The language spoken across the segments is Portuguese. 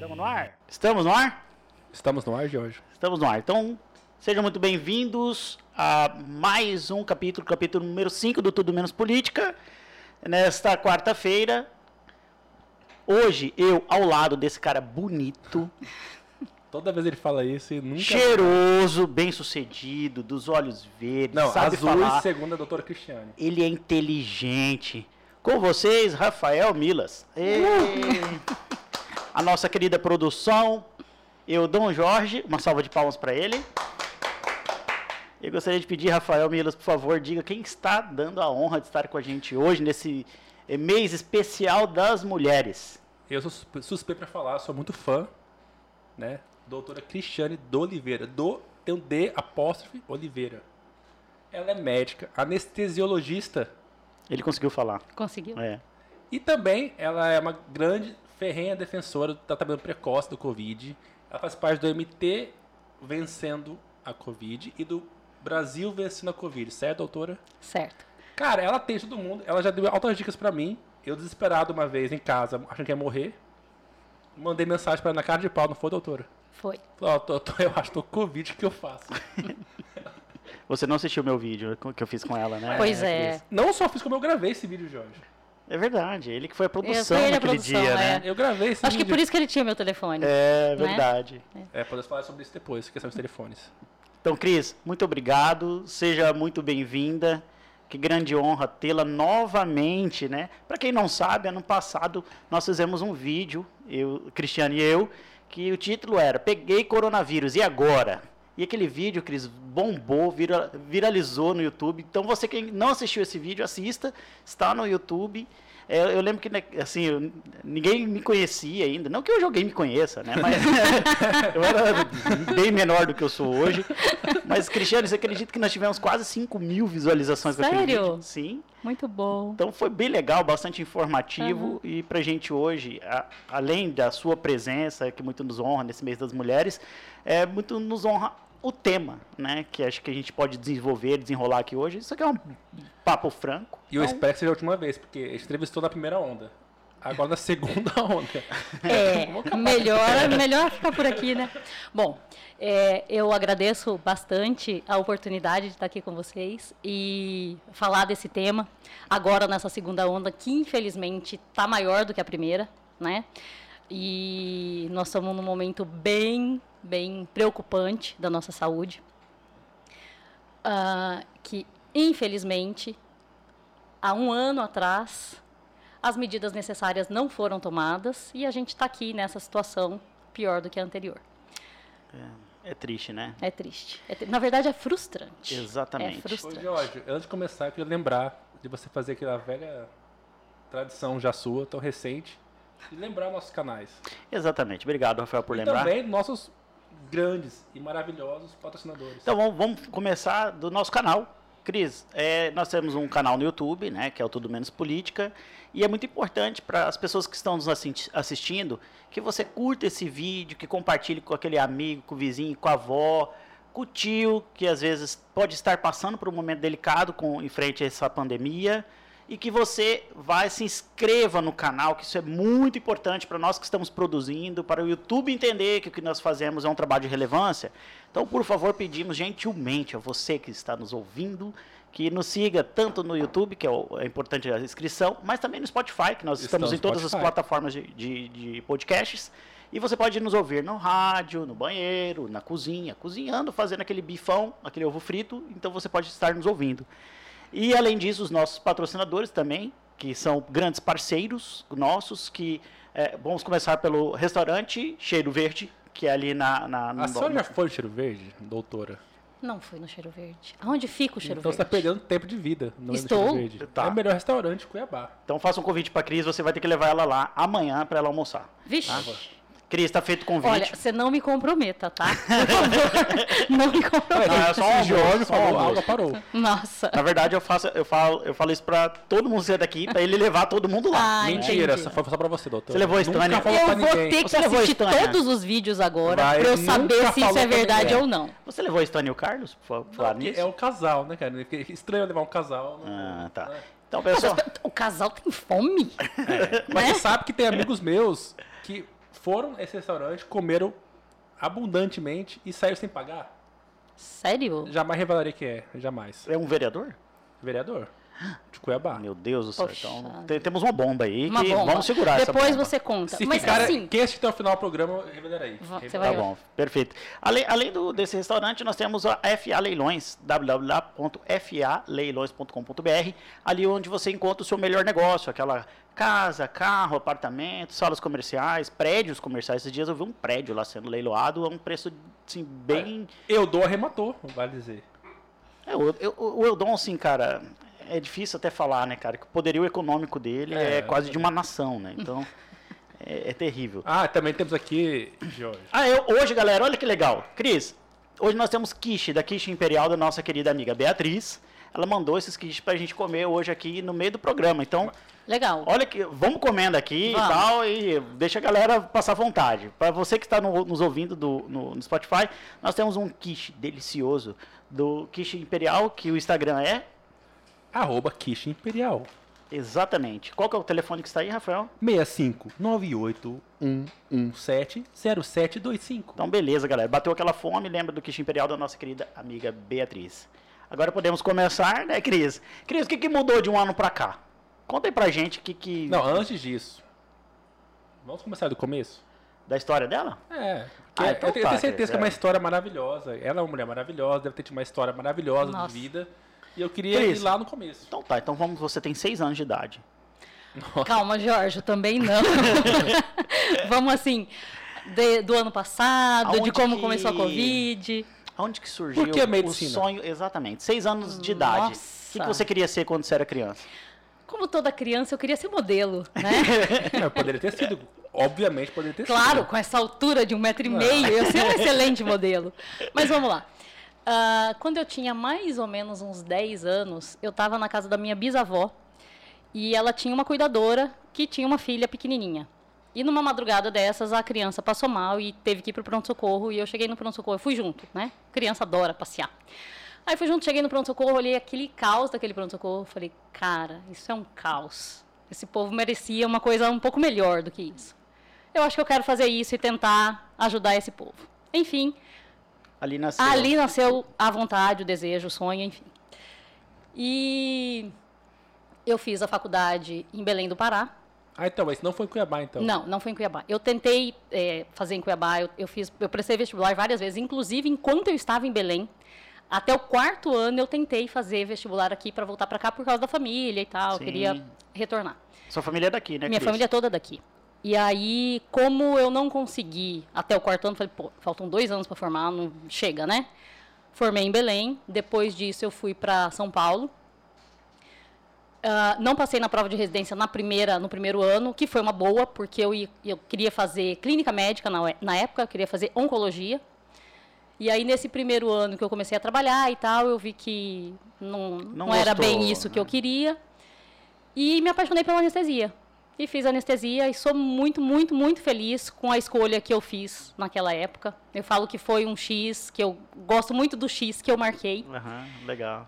Estamos no ar? Estamos no ar? Estamos no ar, Jorge. Estamos no ar. Então, sejam muito bem-vindos a mais um capítulo número 5 do Tudo Menos Política. Nesta quarta-feira, hoje, eu ao lado desse cara bonito, Toda vez ele fala isso e nunca... cheiroso, bem-sucedido, dos olhos verdes, Não, sabe azul falar. e segunda a doutora Cristiane. Ele é inteligente. Com vocês, Rafael Milas. A nossa querida produção, Dom Jorge. Uma salva de palmas para ele. Eu gostaria de pedir, Rafael Milas, por favor, diga quem está dando a honra de estar com a gente hoje, nesse mês especial das mulheres. Eu sou suspeito para falar, sou muito fã, né? Doutora Cristiane do Oliveira. Tem um D apóstrofe Oliveira. Ela é médica, anestesiologista. Ele conseguiu falar. Conseguiu? É. E também ela é uma grande ferrenha defensora do tratamento precoce do Covid. Ela faz parte do MT Vencendo a Covid e do Brasil Vencendo a Covid, certo, doutora? Certo. Cara, ela tem todo mundo. Ela já deu altas dicas pra mim. Eu, desesperado uma vez em casa, achando que ia morrer, mandei mensagem pra ela na cara de pau, não foi, doutora? Foi. Falei, eu acho que tô com Covid, o que eu faço? Você não assistiu meu vídeo que eu fiz com ela, né? Pois é. Cris? Não só fiz como eu gravei esse vídeo, Jorge. É verdade. Ele que foi a produção Foi ele a naquele produção, dia, é. né? Eu gravei esse Acho que vídeo. por isso que ele tinha meu telefone. É Né? verdade. Podemos falar sobre isso depois, questão dos telefones. Então, Cris, muito obrigado. Seja muito bem-vinda. Que grande honra tê-la novamente, né? Para quem não sabe, ano passado nós fizemos um vídeo, Cristiane e eu, que o título era Peguei Coronavírus, e agora? E aquele vídeo, Cris, bombou, viralizou no YouTube. Então, você que não assistiu esse vídeo, assista, está no YouTube. Eu lembro que, assim, ninguém me conhecia ainda. Não que hoje alguém me conheça, né? Mas eu era bem menor do que eu sou hoje. Mas, Cristiane, você acredita que nós tivemos quase 5.000 visualizações daquele vídeo? Sério? Sim. Muito bom. Então, foi bem legal, bastante informativo. E pra gente hoje, além da sua presença, que muito nos honra nesse mês das mulheres, muito nos honra o tema, né? Que acho que a gente pode desenrolar aqui hoje. Isso aqui é um papo franco. E eu espero que seja a última vez, porque a gente entrevistou na primeira onda. Agora na segunda onda. Melhor ficar por aqui, né? Bom, eu agradeço bastante a oportunidade de estar aqui com vocês e falar desse tema agora nessa segunda onda, que infelizmente está maior do que a primeira, né? E nós estamos num momento bem preocupante da nossa saúde, que infelizmente há um ano atrás as medidas necessárias não foram tomadas e a gente está aqui nessa situação pior do que a anterior. É triste, né? É triste. Na verdade, é frustrante. Exatamente. É frustrante. Ô, Jorge, antes de começar, eu queria lembrar de você fazer aquela velha tradição já sua, tão recente, de lembrar nossos canais. Exatamente. Obrigado, Rafael, por E lembrar. também nossos grandes e maravilhosos patrocinadores. Então, vamos começar do nosso canal. Cris, nós temos um canal no YouTube, né, que é o Tudo Menos Política, e é muito importante para as pessoas que estão nos assistindo que você curta esse vídeo, que compartilhe com aquele amigo, com o vizinho, com a avó, com o tio, que às vezes pode estar passando por um momento delicado em frente a essa pandemia, e que você se inscreva no canal, que isso é muito importante para nós que estamos produzindo, para o YouTube entender que o que nós fazemos é um trabalho de relevância. Então, por favor, pedimos gentilmente a você que está nos ouvindo, que nos siga tanto no YouTube, que é importante a inscrição, mas também no Spotify, que nós estamos em todas as plataformas de podcasts. E você pode nos ouvir no rádio, no banheiro, na cozinha, cozinhando, fazendo aquele bifão, aquele ovo frito, então você pode estar nos ouvindo. E, além disso, os nossos patrocinadores também, que são grandes parceiros nossos, que vamos começar pelo restaurante Cheiro Verde, que é ali A senhora já foi no Cheiro Verde, doutora? Não fui no Cheiro Verde. Aonde fica o Cheiro Então Verde? você está perdendo tempo de vida no Estou? Cheiro Verde. Tá. É o melhor restaurante de Cuiabá. Então faça um convite para a Cris, você vai ter que levar ela lá amanhã para ela almoçar. Vixe. Cris, está feito o convite. Olha, você não me comprometa, tá? Por favor, não me comprometa. Não, é só um Jorge almoço, só um falou, a almoço. água parou. Nossa. Na verdade, eu falo isso pra todo mundo ser daqui, pra ele levar todo mundo lá. Ah, Mentira, entendi. só pra você, doutor. Você levou a Stânia? Nunca falou Eu pra vou ninguém. ter que Você levou assistir a Estânia? todos os vídeos agora Vai, pra eu nunca saber se isso falou é pra verdade ninguém. ou não. Você levou a Stânia e o Carlos? Falar nisso? É o casal, né, cara? É estranho levar um casal. Ah, tá. né? Então, pessoal, O casal tem fome? Mas você sabe que tem amigos meus que foram a esse restaurante, comeram abundantemente e saíram sem pagar? Sério? Jamais revelaria quem é, jamais. É um vereador? Vereador de Cuiabá. Meu Deus do céu. Poxa. Então, temos uma bomba aí Uma que bomba. vamos segurar essa Depois bomba. você conta. Se Mas ficar, assim, quem assistir até o final do programa, eu revelarei. Você Tá vai bom, perfeito. Além desse restaurante, nós temos a FA Leilões, www.faleilões.com.br, ali onde você encontra o seu melhor negócio, aquela casa, carro, apartamento, salas comerciais, prédios comerciais. Esses dias eu vi um prédio lá sendo leiloado a um preço, assim, bem... Eudon arrematou, vale dizer. O Eudon, assim, cara, é difícil até falar, né, cara, que o poderio econômico dele é quase de uma nação, né, então é terrível. Ah, também temos aqui, Jorge. Hoje, galera, olha que legal. Cris, hoje nós temos quiche, da Quiche Imperial, da nossa querida amiga Beatriz. Ela mandou esses quiches pra gente comer hoje aqui no meio do programa, então... legal. Olha que vamos comendo aqui Vamos. e tal, e deixa a galera passar vontade. Para você que está nos ouvindo no Spotify, nós temos um quiche delicioso do Quiche Imperial, que o Instagram é... @quiche imperial. Exatamente. Qual que é o telefone que está aí, Rafael? 65981170725. Então, beleza, galera. Bateu aquela fome, lembra do Quiche Imperial da nossa querida amiga Beatriz. Agora podemos começar, né, Cris? Cris, o que mudou de um ano para cá? Conta aí pra gente o que... Não, antes disso. Vamos começar do começo? Da história dela? É. Ah, então eu tenho tá, certeza que é é. uma história maravilhosa. Ela é uma mulher maravilhosa, deve ter tido uma história maravilhosa Nossa. de vida. E eu queria Cris. ir lá no começo. Então tá, então vamos, você tem 6 anos de idade. Calma, Jorge, eu também não. Vamos assim, do ano passado, Aonde de como que- começou a Covid. Aonde que surgiu Por que a o medicina? sonho? Exatamente, 6 anos de idade. Nossa. O que você queria ser quando você era criança? Como toda criança, eu queria ser modelo, né? Não, poderia ter sido. Obviamente poderia ter Claro, sido. com essa altura de 1,5 m, eu ser um excelente modelo. Mas vamos lá. Quando eu tinha mais ou menos uns 10 anos, eu estava na casa da minha bisavó e ela tinha uma cuidadora que tinha uma filha pequenininha. E numa madrugada dessas, a criança passou mal e teve que ir para o pronto-socorro. E eu cheguei no pronto-socorro, eu fui junto, né? Criança adora passear. Aí fui junto, cheguei no pronto-socorro, olhei aquele caos daquele pronto-socorro. Falei, cara, isso é um caos. Esse povo merecia uma coisa um pouco melhor do que isso. Eu acho que eu quero fazer isso e tentar ajudar esse povo. Enfim, Ali nasceu. ali nasceu a vontade, o desejo, o sonho, enfim. E eu fiz a faculdade em Belém do Pará. Ah, então, mas não foi em Cuiabá, então. Não foi em Cuiabá. Eu tentei fazer em Cuiabá, eu prestei vestibular várias vezes, inclusive enquanto eu estava em Belém. Até o 4º ano eu tentei fazer vestibular aqui para voltar para cá por causa da família e tal, eu Sim. queria retornar. Sua família é daqui, né, Minha Cris? família é toda daqui. E aí, como eu não consegui até o 4º ano, falei, pô, faltam 2 anos para formar, não chega, né? Formei em Belém, depois disso eu fui para São Paulo. Não passei na prova de residência no primeiro ano, que foi uma boa, porque eu queria fazer clínica médica na época, eu queria fazer oncologia. E aí, nesse primeiro ano que eu comecei a trabalhar e tal, eu vi que não era gostou, bem isso que eu né? queria. E me apaixonei pela anestesia. E fiz anestesia e sou muito, muito, muito feliz com a escolha que eu fiz naquela época. Eu falo que foi um X, que eu gosto muito do X que eu marquei. Aham, legal.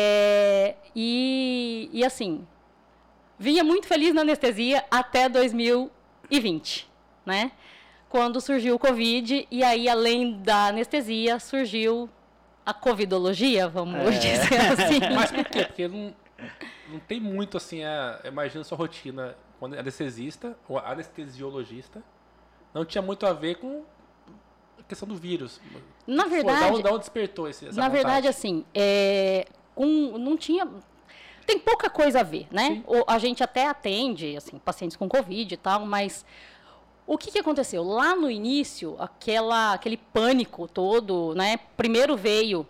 E assim, vinha muito feliz na anestesia até 2020, né? Quando surgiu o Covid, e aí, além da anestesia, surgiu a covidologia, vamos dizer assim. Mas por quê? Porque não tem muito, assim, imagina a sua rotina quando anestesista ou anestesiologista. Não tinha muito a ver com a questão do vírus. Na verdade, Da onde despertou essa na vontade? verdade, assim, não tinha... Tem pouca coisa a ver, né? Sim. A gente até atende, assim, pacientes com Covid e tal, mas o que aconteceu? Lá no início, aquele pânico todo, né? Primeiro veio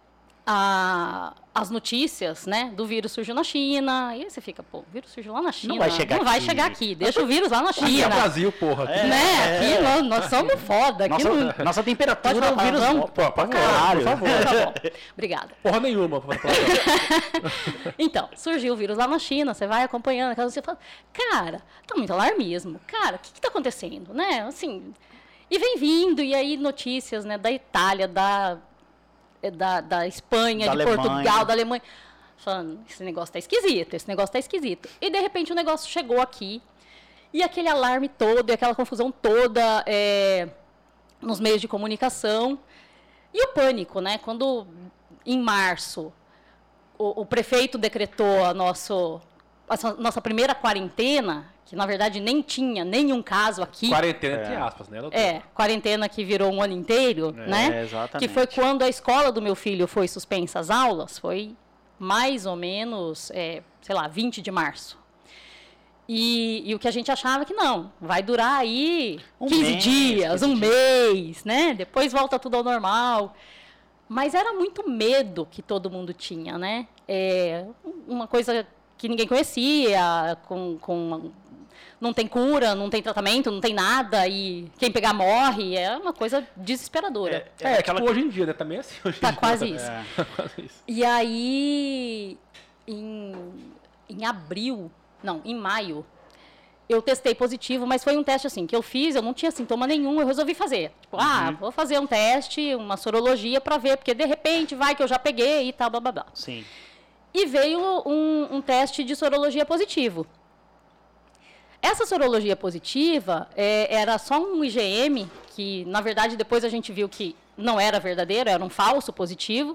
as notícias, né, do vírus surgiu na China, e aí você fica, pô, o vírus surgiu lá na China, vai chegar aqui. Deixa o vírus lá na Aqui é China. Brasil, porra. Né? Aqui nós somos foda. Aqui Nossa temperatura Pode falar o vírus... palavrão? Pô, pra caralho. Por favor. Tá bom. Obrigada. Porra nenhuma. Então, surgiu o vírus lá na China, você vai acompanhando, você fala, cara, tá muito alarmismo. Cara, o que tá acontecendo, né? Assim, e vem vindo, e aí notícias, né, da Itália, da Espanha, Da de Alemanha. Portugal, da Alemanha. Falando, esse negócio tá esquisito. E de repente o negócio chegou aqui. E aquele alarme todo, e aquela confusão toda nos meios de comunicação. E o pânico, né? Quando, em março, o prefeito decretou a nossa primeira quarentena, que, na verdade, nem tinha nenhum caso aqui. Quarentena, entre aspas, né? Quarentena que virou um ano inteiro, né? Exatamente. Que foi quando a escola do meu filho foi suspensa as aulas, foi mais ou menos, 20 de março. E o que a gente achava que não, vai durar aí 15 dias, um mês, né? Depois volta tudo ao normal. Mas era muito medo que todo mundo tinha, né? Uma coisa que ninguém conhecia, não tem cura, não tem tratamento, não tem nada, e quem pegar morre, é uma coisa desesperadora. Tipo hoje em dia, né? Também é assim hoje em dia. Tá quase isso. Tá quase isso. E aí, em maio, eu testei positivo, mas foi um teste assim, que eu fiz, eu não tinha sintoma nenhum, eu resolvi fazer. Tipo, vou fazer um teste, uma sorologia para ver, porque de repente vai que eu já peguei e tal, blá, blá, blá. Sim. E veio um teste de sorologia positivo. Essa sorologia positiva era só um IgM, que na verdade depois a gente viu que não era verdadeiro, era um falso positivo.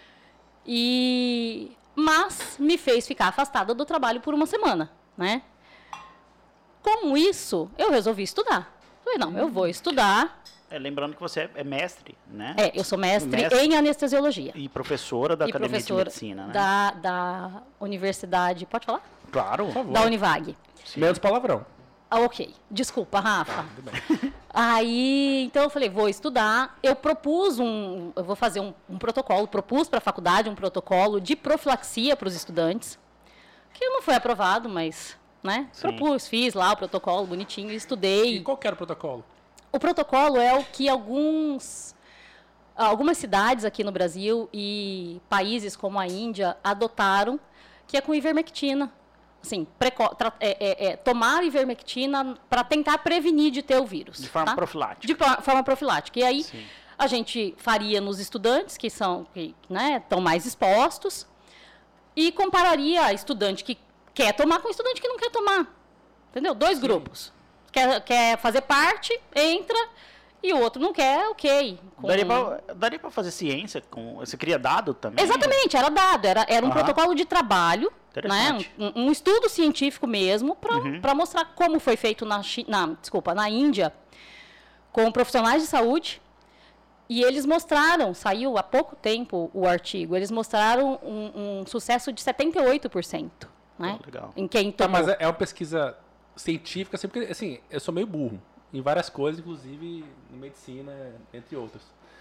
Mas me fez ficar afastada do trabalho por uma semana, né? Com isso, eu resolvi estudar. Falei, não, eu vou estudar. Lembrando que você é mestre, né? Eu sou mestre em anestesiologia. E professora da Academia de Medicina, né? Da Universidade, pode falar? Claro, por favor. Da Univag. Menos palavrão. Ok. Desculpa, Rafa. Tudo bem. Aí, então eu falei, vou estudar. Eu vou fazer um protocolo, propus para a faculdade um protocolo de profilaxia para os estudantes, que não foi aprovado, mas, né? Sim. Propus, fiz lá o protocolo bonitinho, estudei. E qual que era o protocolo? O protocolo é o que algumas cidades aqui no Brasil e países como a Índia adotaram, que é com ivermectina. Assim, tomar ivermectina para tentar prevenir de ter o vírus. De forma profilática. De forma profilática. E aí, Sim. a gente faria nos estudantes que estão mais expostos e compararia estudante que quer tomar com estudante que não quer tomar. Entendeu? Dois grupos. Quer fazer parte, entra, e o outro não quer, ok. Daria para fazer ciência? Você cria dado também? Exatamente, era dado. Era um protocolo de trabalho, né? Um estudo científico mesmo, para mostrar como foi feito na Índia, com profissionais de saúde. E eles mostraram, saiu há pouco tempo o artigo, eles mostraram um sucesso de 78%. Né? Legal. Em quem tomou. Mas é uma pesquisa científica, assim, porque assim, eu sou meio burro em várias coisas, inclusive em medicina, entre outras.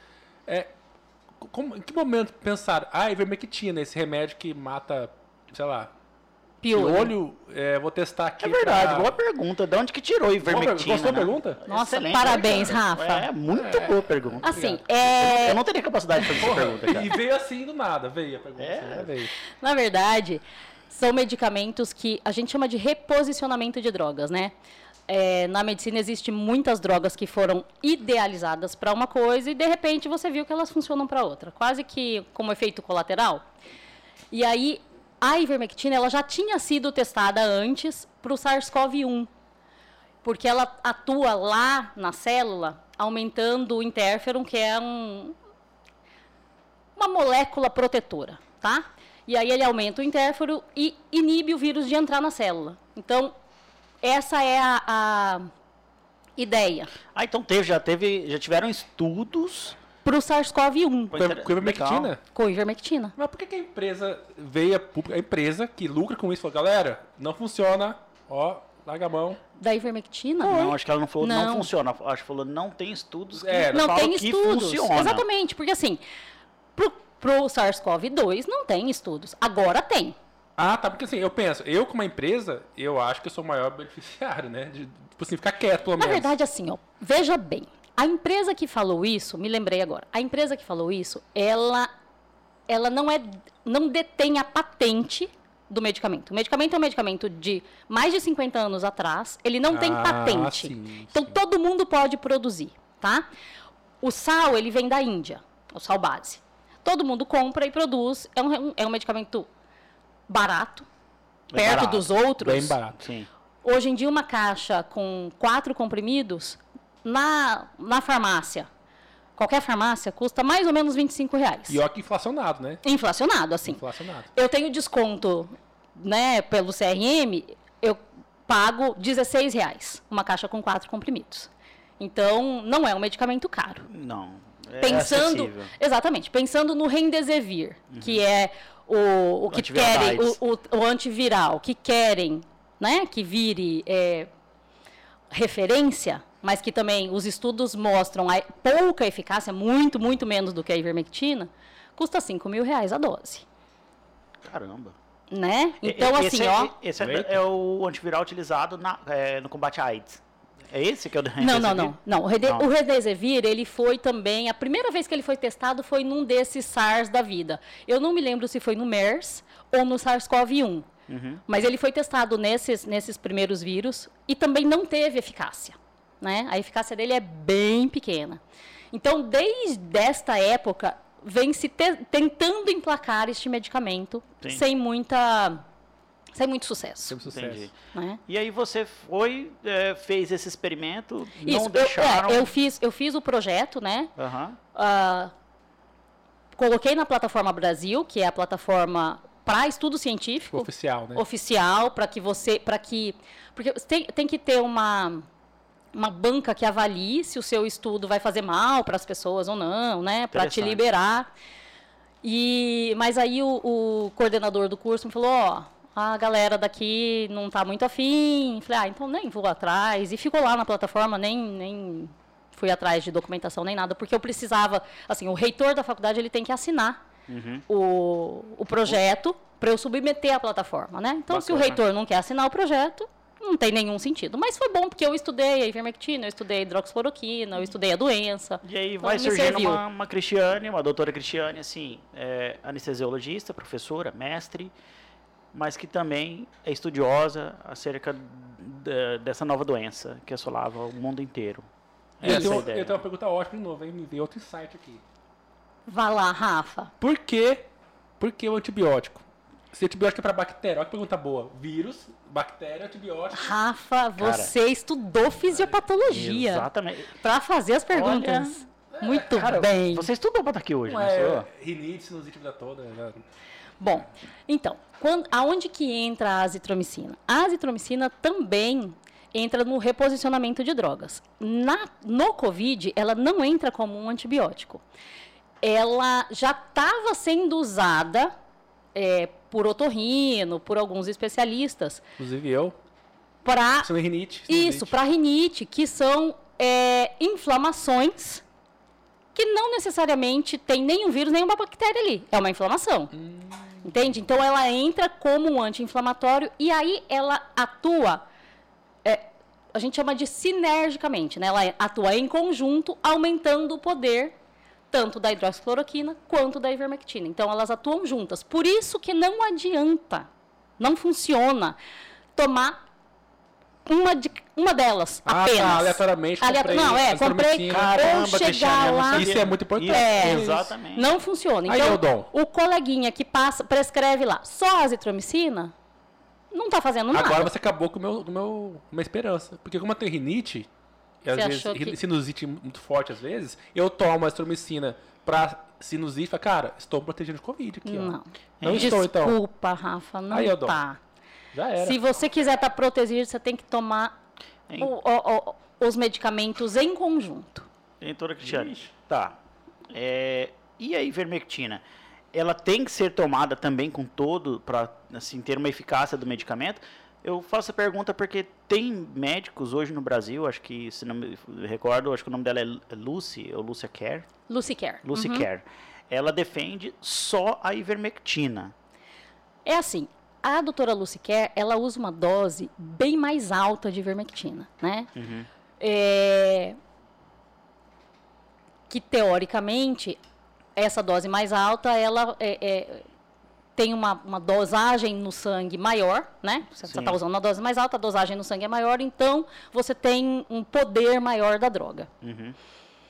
Em que momento pensaram, ivermectina, esse remédio que mata, sei lá, piolho, vou testar aqui. É verdade, boa pergunta. De onde que tirou ivermectina? Gostou da pergunta? Nossa, Excelente, parabéns, cara. Rafa. Muito boa pergunta. Assim, Eu não teria capacidade de fazer essa pergunta, cara. E veio assim do nada, veio a pergunta. Veio. Na verdade, são medicamentos que a gente chama de reposicionamento de drogas, né? Na medicina existem muitas drogas que foram idealizadas para uma coisa e, de repente, você viu que elas funcionam para outra. Quase que como efeito colateral. E aí, a ivermectina ela já tinha sido testada antes para o SARS-CoV-1. Porque ela atua lá na célula, aumentando o interferon, que é uma molécula protetora, tá? E aí ele aumenta o interferon e inibe o vírus de entrar na célula. Então, essa é a ideia. Então já tiveram estudos para o SARS-CoV-1. Com ivermectina? Com ivermectina. Mas por que a empresa veio a empresa que lucra com isso falou, galera, não funciona, larga a mão. Da ivermectina? Não, acho que ela não falou não funciona. Acho que falou não tem estudos que não tem que estudos. Funciona. Exatamente, porque assim, pro SARS-CoV-2 não tem estudos. Agora tem. Tá, porque assim, eu penso, eu como empresa, eu acho que eu sou o maior beneficiário, né? De, tipo assim, ficar quieto, pelo menos. Na verdade, assim, veja bem, a empresa que falou isso, me lembrei agora, a empresa que falou isso, ela não detém a patente do medicamento. O medicamento é um medicamento de mais de 50 anos atrás, ele não tem patente. Então, todo mundo pode produzir, tá? O sal, ele vem da Índia, o sal base. Todo mundo compra e produz, é um medicamento barato, perto dos outros. Bem barato. Sim. Hoje em dia, uma caixa com 4 comprimidos, na farmácia, qualquer farmácia, custa mais ou menos R$25. E olha que inflacionado, né? Inflacionado, assim. Inflacionado. Eu tenho desconto, né, pelo CRM, eu pago R$16, uma caixa com 4 comprimidos. Então, não é um medicamento caro. Não. Pensando, acessível. exatamente, pensando no Remdesivir, que é o que querem, o antiviral, que querem, né, que vire referência, mas que também os estudos mostram a pouca eficácia, muito, muito menos do que a ivermectina, custa R$5.000 a dose. Caramba. Né? Então, esse assim, ó... Esse é o antiviral utilizado no combate à AIDS. É esse que é o Remdesivir? Não. O Remdesivir, ele foi também... A primeira vez que ele foi testado foi num desses SARS da vida. Eu não me lembro se foi no MERS ou no SARS-CoV-1. Mas ele foi testado nesses primeiros vírus e também não teve eficácia. Né? A eficácia dele é bem pequena. Então, desde esta época, vem se tentando emplacar este medicamento sem muito sucesso. Entendi. Né? E aí você fez esse experimento, não deixaram... Eu fiz o projeto, né? Coloquei na Plataforma Brasil, que é a plataforma para estudo científico. Oficial, né? Oficial, porque tem que ter uma banca que avalie se o seu estudo vai fazer mal para as pessoas ou não, né? Para te liberar. Mas aí o coordenador do curso me falou, a galera daqui não está muito afim. Falei, então nem vou atrás. E ficou lá na plataforma, nem fui atrás de documentação, nem nada, porque eu precisava, assim, o reitor da faculdade ele tem que assinar o projeto para eu submeter à plataforma, né? Então, se o reitor não quer assinar o projeto, não tem nenhum sentido. Mas foi bom, porque eu estudei a ivermectina, eu estudei a hidroxicloroquina, eu estudei a doença. E aí vai surgindo uma Cristiane, uma doutora Cristiane, assim, anestesiologista, professora, mestre, mas que também é estudiosa acerca dessa nova doença que assolava o mundo inteiro. Eu tenho uma pergunta ótima de novo, hein? Me veio outro insight aqui. Vai lá, Rafa. Por que o antibiótico? Se antibiótico é para bactéria, olha que pergunta boa. Vírus, bactéria, antibiótico. Rafa, você estudou fisiopatologia. Exatamente. Para fazer as perguntas. Muito bem. Você estudou para estar aqui hoje, não rinite, sinusite, vida toda. Bom, então, aonde que entra a azitromicina? A azitromicina também entra no reposicionamento de drogas. No COVID, ela não entra como um antibiótico. Ela já estava sendo usada por otorrino, por alguns especialistas. Inclusive eu. Para rinite. Isso, para rinite, que são inflamações que não necessariamente tem nenhum vírus, nenhuma bactéria ali. É uma inflamação. Entende? Então, ela entra como um anti-inflamatório e aí ela atua, a gente chama de sinergicamente, né? Ela atua em conjunto, aumentando o poder tanto da hidroxicloroquina quanto da ivermectina. Então, elas atuam juntas. Por isso que não adianta, não funciona tomar uma delas apenas. Aleatoriamente. Comprei. Caramba, chegar lá. Isso é muito importante. Exatamente. Não funciona. Então, o coleguinha que prescreve lá só azitromicina, não está fazendo nada. Agora você acabou com minha esperança. Porque como eu tenho rinite, e às vezes sinusite muito forte às vezes, eu tomo azitromicina para sinusite e falo, cara, estou protegendo de Covid aqui. Não estou, então. Desculpa, Rafa, não está. Já era. Se você quiser estar protegido, você tem que tomar os medicamentos em conjunto. Doutora Cristiane, tá. E a ivermectina? Ela tem que ser tomada também com todo, para assim, ter uma eficácia do medicamento? Eu faço a pergunta porque tem médicos hoje no Brasil, acho que, se não me recordo, acho que o nome dela é Lucy, ou Lucia Care. Lucy Care. Lucy Care. Ela defende só a ivermectina. É assim, a doutora Lucy Care, ela usa uma dose bem mais alta de ivermectina, né? Que, teoricamente, essa dose mais alta, ela tem uma dosagem no sangue maior, né? Você está usando uma dose mais alta, a dosagem no sangue é maior, então você tem um poder maior da droga.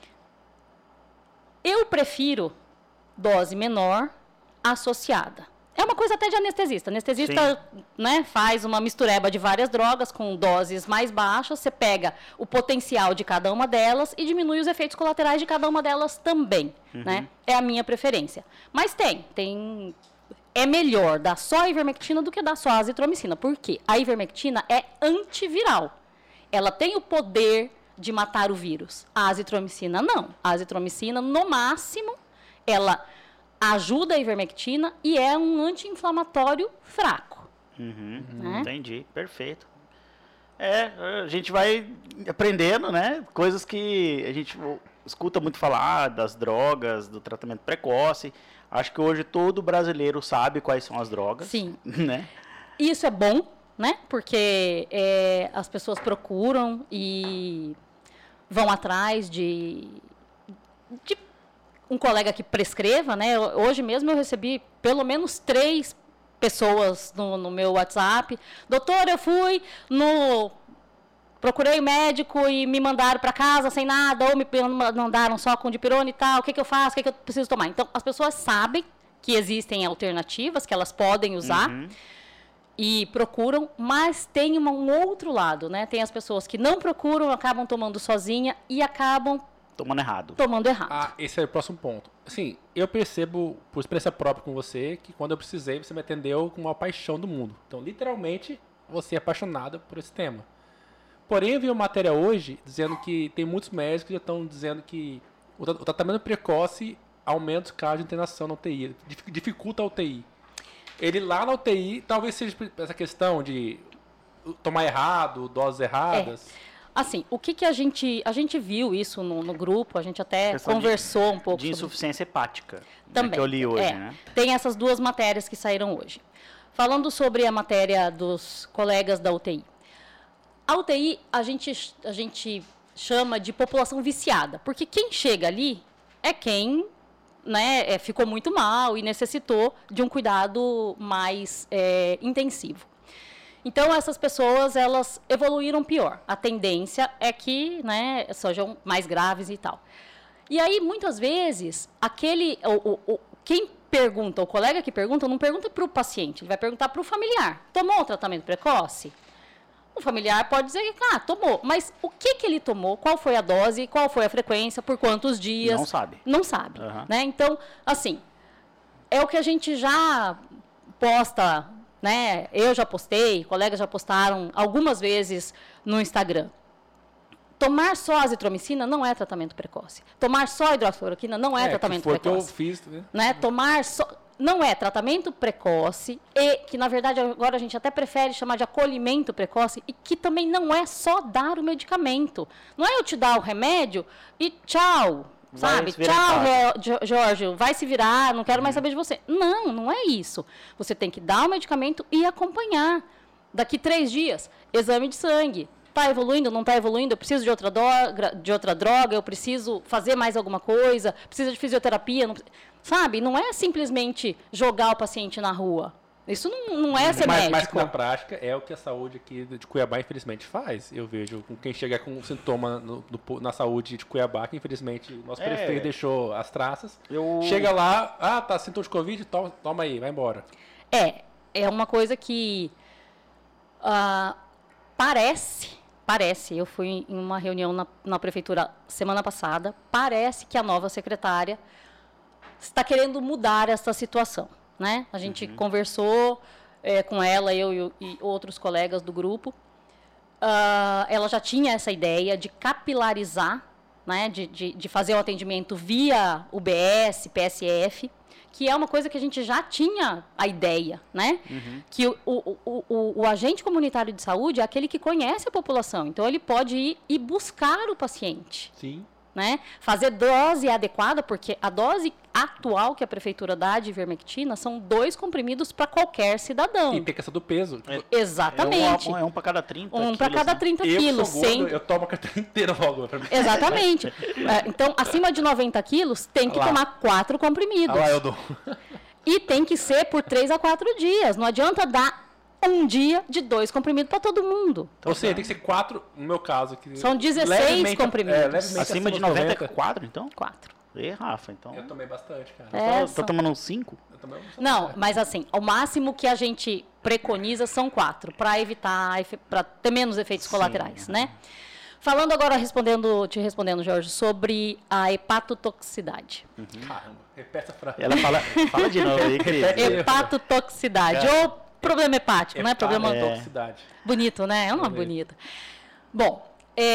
Eu prefiro dose menor associada. É uma coisa até de anestesista. Anestesista, né, faz uma mistureba de várias drogas com doses mais baixas. Você pega o potencial de cada uma delas e diminui os efeitos colaterais de cada uma delas também. Né? É a minha preferência. Mas é melhor dar só a ivermectina do que dar só a azitromicina. Por quê? A ivermectina é antiviral. Ela tem o poder de matar o vírus. A azitromicina não. A azitromicina, no máximo, ela ajuda a ivermectina e é um anti-inflamatório fraco. Né? Entendi, perfeito. A gente vai aprendendo, né? Coisas que a gente escuta muito falar, das drogas, do tratamento precoce. Acho que hoje todo brasileiro sabe quais são as drogas. Sim. Né? Isso é bom, né? Porque as pessoas procuram e vão atrás de um colega que prescreva, né? Hoje mesmo eu recebi pelo menos 3 pessoas no meu WhatsApp. Doutor, eu fui procurei médico e me mandaram para casa sem nada, ou me mandaram só com dipirona e tal. O que eu faço? O que eu preciso tomar? Então, as pessoas sabem que existem alternativas que elas podem usar e procuram, mas tem um outro lado, né? Tem as pessoas que não procuram, acabam tomando sozinha e acabam tomando errado. Esse é o próximo ponto. Assim, eu percebo, por experiência própria com você, que quando eu precisei, você me atendeu com uma paixão do mundo. Então, literalmente, você é apaixonada por esse tema. Porém, eu vi uma matéria hoje dizendo que tem muitos médicos que já estão dizendo que o tratamento precoce aumenta os casos de internação na UTI, dificulta a UTI. Ele lá na UTI, talvez seja essa questão de tomar errado, doses erradas. Assim, o que a gente viu isso no grupo, a gente até conversou um pouco de insuficiência hepática, também, que eu li hoje, né? Tem essas 2 matérias que saíram hoje. Falando sobre a matéria dos colegas da UTI. A UTI, a gente chama de população viciada, porque quem chega ali é quem, né, ficou muito mal e necessitou de um cuidado mais intensivo. Então, essas pessoas, elas evoluíram pior. A tendência é que, né, sejam mais graves e tal. E aí, muitas vezes, quem pergunta, o colega que pergunta, não pergunta para o paciente, ele vai perguntar para o familiar. Tomou o tratamento precoce? O familiar pode dizer que, tomou. Mas o que ele tomou, qual foi a dose, qual foi a frequência, por quantos dias? Não sabe. Não sabe. Né? Então, assim, é o que a gente já posta, né? Eu já postei, colegas já postaram algumas vezes no Instagram. Tomar só azitromicina não é tratamento precoce. Tomar só hidroxicloroquina não é tratamento precoce. Que eu fiz, né? Tomar só... Não é tratamento precoce e que, na verdade, agora a gente até prefere chamar de acolhimento precoce e que também não é só dar o medicamento. Não é eu te dar o remédio e tchau, sabe? Tchau, Jorge, vai se virar, não quero mais saber de você. Não é isso. Você tem que dar o medicamento e acompanhar. Daqui 3 dias, exame de sangue. Está evoluindo, não está evoluindo, eu preciso de outra droga, eu preciso fazer mais alguma coisa, preciso de fisioterapia, sabe? Não é simplesmente jogar o paciente na rua. Isso não é ser médico. Mas na prática é o que a saúde aqui de Cuiabá, infelizmente, faz. Eu vejo com quem chega com sintoma na saúde de Cuiabá, que infelizmente o nosso prefeito deixou as traças. Chega lá, tá sintoma de Covid, toma aí, vai embora. É uma coisa que parece, eu fui em uma reunião na prefeitura semana passada, parece que a nova secretária está querendo mudar essa situação, né? A gente conversou com ela, eu e outros colegas do grupo. Ela já tinha essa ideia de capilarizar, né? De fazer o atendimento via UBS, PSF, que é uma coisa que a gente já tinha a ideia, né? Que o agente comunitário de saúde é aquele que conhece a população. Então, ele pode ir e buscar o paciente. Sim. Né? Fazer dose adequada, porque a dose atual que a prefeitura dá de ivermectina são 2 comprimidos para qualquer cidadão. E tem questão do peso. Exatamente. É um para cada 30 quilos. Para cada 30 quilos. Eu tomo a carteira inteira logo. Exatamente. Então, acima de 90 quilos, tem que tomar 4 comprimidos. Eu dou. E tem que ser por 3 a 4 dias. Não adianta dar um dia de 2 comprimidos para todo mundo. Ou seja, tem que ser 4, no meu caso. Que são 16 comprimidos. Acima de 90 é 4, então? 4. E Rafa, então... Eu tomei bastante, cara. Tá tomando uns 5? Eu tomei uns Não, mas assim, o máximo que a gente preconiza são 4, para evitar, para ter menos efeitos colaterais, né? Falando agora, te respondendo, Jorge, sobre a hepatotoxicidade. Caramba, repete a frase. Ela fala de novo aí, Cris. Hepatotoxicidade, ou problema hepático, né? Problema toxicidade. Bonito, né? É uma bonita. Bom,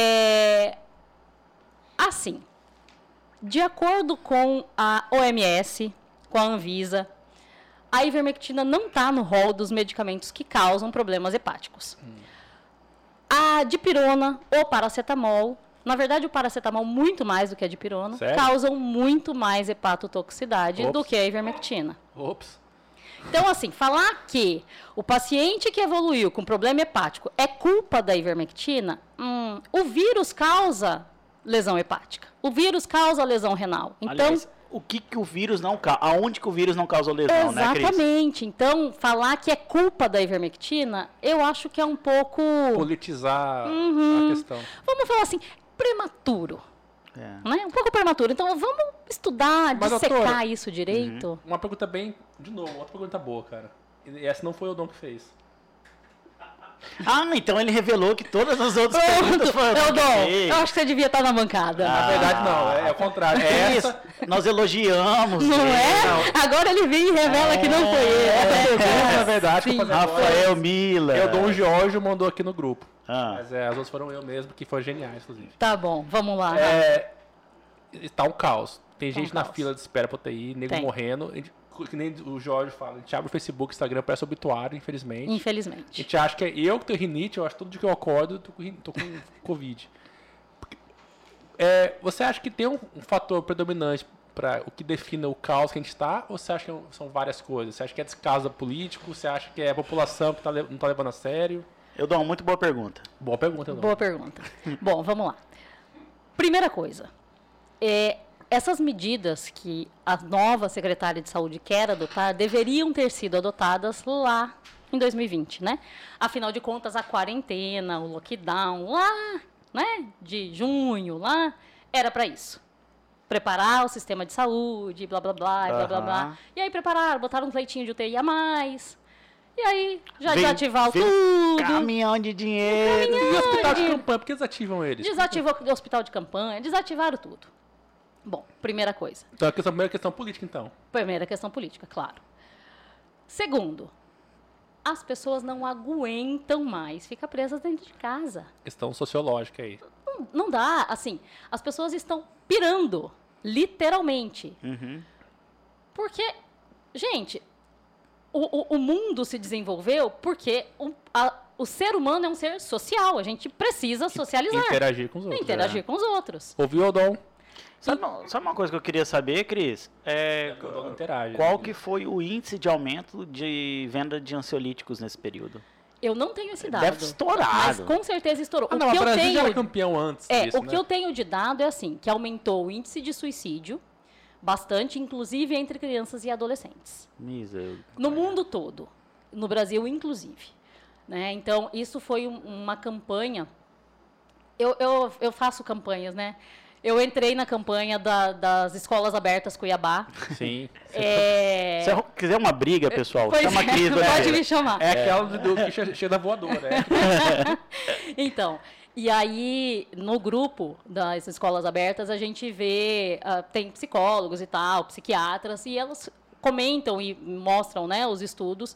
assim, de acordo com a OMS, com a Anvisa, a ivermectina não está no rol dos medicamentos que causam problemas hepáticos. A dipirona ou paracetamol, na verdade o paracetamol muito mais do que a dipirona, causam muito mais hepatotoxicidade do que a ivermectina. Então, assim, falar que o paciente que evoluiu com problema hepático é culpa da ivermectina, o vírus causa lesão hepática. O vírus causa lesão renal. Então, aliás, o que o vírus não causa? Aonde que o vírus não causa lesão, né, Cris? Exatamente. Então, falar que é culpa da ivermectina, eu acho que é um pouco... politizar a questão. Vamos falar assim, prematuro. Né? Um pouco prematuro. Então, vamos estudar, dissecar doutora, isso direito. Uma pergunta bem... De novo, outra pergunta boa, cara. E essa não foi o Dom que fez. Então ele revelou que todas as outras perguntas foram... Eu acho que você devia estar na bancada. Na verdade, não. É o contrário. Essa, nós elogiamos. Não é? Não. Agora ele vem e revela que não foi ele. Na verdade, Rafael Mila. O Dom Jorge mandou aqui no grupo. Mas as outras foram eu mesmo, que foram geniais, inclusive. Tá bom, vamos lá. Tá um caos. Tem gente na fila de espera pra UTI, nego morrendo. Que nem o Jorge fala, a gente abre o Facebook, Instagram, parece obituário, infelizmente. Infelizmente. A gente acha que é eu que tenho rinite, eu acho que todo dia que eu acordo, tô com Covid. Você acha que tem um fator predominante para o que define o caos que a gente está, ou você acha que são várias coisas? Você acha que é descaso político? Você acha que é a população que não está levando a sério? Eu dou uma muito boa pergunta. Boa pergunta, Eudon. Boa pergunta. Bom, vamos lá. Primeira coisa, essas medidas que a nova secretária de saúde quer adotar deveriam ter sido adotadas lá em 2020, né? Afinal de contas, a quarentena, o lockdown lá, né, de junho, lá, era para isso. Preparar o sistema de saúde, blá, blá, blá, blá, blá, blá. E aí prepararam, botaram um leitinho de UTI a mais. E aí, já desativaram tudo. Caminhão de dinheiro. E o hospital de campanha, por que desativam eles? Desativou o hospital de campanha, desativaram tudo. Bom, primeira coisa. Então, a primeira questão política, então. Primeira questão política, claro. Segundo, as pessoas não aguentam mais ficar presas dentro de casa. Questão sociológica aí. Não dá, assim, as pessoas estão pirando, literalmente. Porque, gente, o mundo se desenvolveu porque o ser humano é um ser social, a gente precisa socializar. Interagir com os outros. Interagir com os outros. Ouviu, Odon? Sabe uma coisa que eu queria saber, Cris? Qual que foi o índice de aumento de venda de ansiolíticos nesse período? Eu não tenho esse dado. Deve ter estourado. Mas com certeza estourou. O Brasil já era campeão antes disso, o que eu tenho de dado é assim, que aumentou o índice de suicídio bastante, inclusive entre crianças e adolescentes. No mundo todo. No Brasil, inclusive. Né? Então, isso foi uma campanha... Eu faço campanhas, né? Eu entrei na campanha das Escolas Abertas Cuiabá. Sim. Se quiser uma briga, pessoal, chama a Cris. Pode me chamar. É aquela que chega da voadora. Então, e aí, no grupo das Escolas Abertas, a gente vê, tem psicólogos e tal, psiquiatras, e elas comentam e mostram, né, os estudos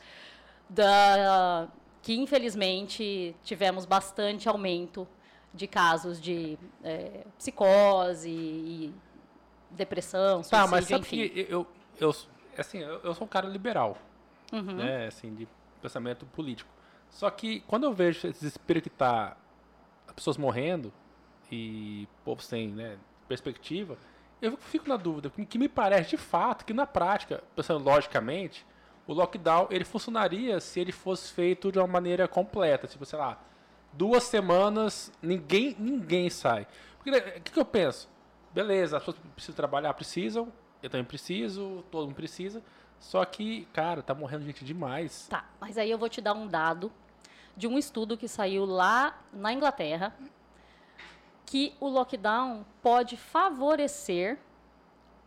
que, infelizmente, tivemos bastante aumento de casos de psicose e depressão, suicídio, mas sabe enfim. Que eu sou um cara liberal, né, assim, de pensamento político. Só que quando eu vejo esse desespero que tá as pessoas morrendo e o povo sem, né, perspectiva, eu fico na dúvida, que me parece de fato que na prática, pensando logicamente, o lockdown ele funcionaria se ele fosse feito de uma maneira completa, tipo, sei lá, 2 semanas, ninguém sai. Porque o que eu penso? Beleza, as pessoas precisam trabalhar, precisam, eu também preciso, todo mundo precisa, só que, cara, tá morrendo gente demais. Tá, mas aí eu vou te dar um dado de um estudo que saiu lá na Inglaterra, que o lockdown pode favorecer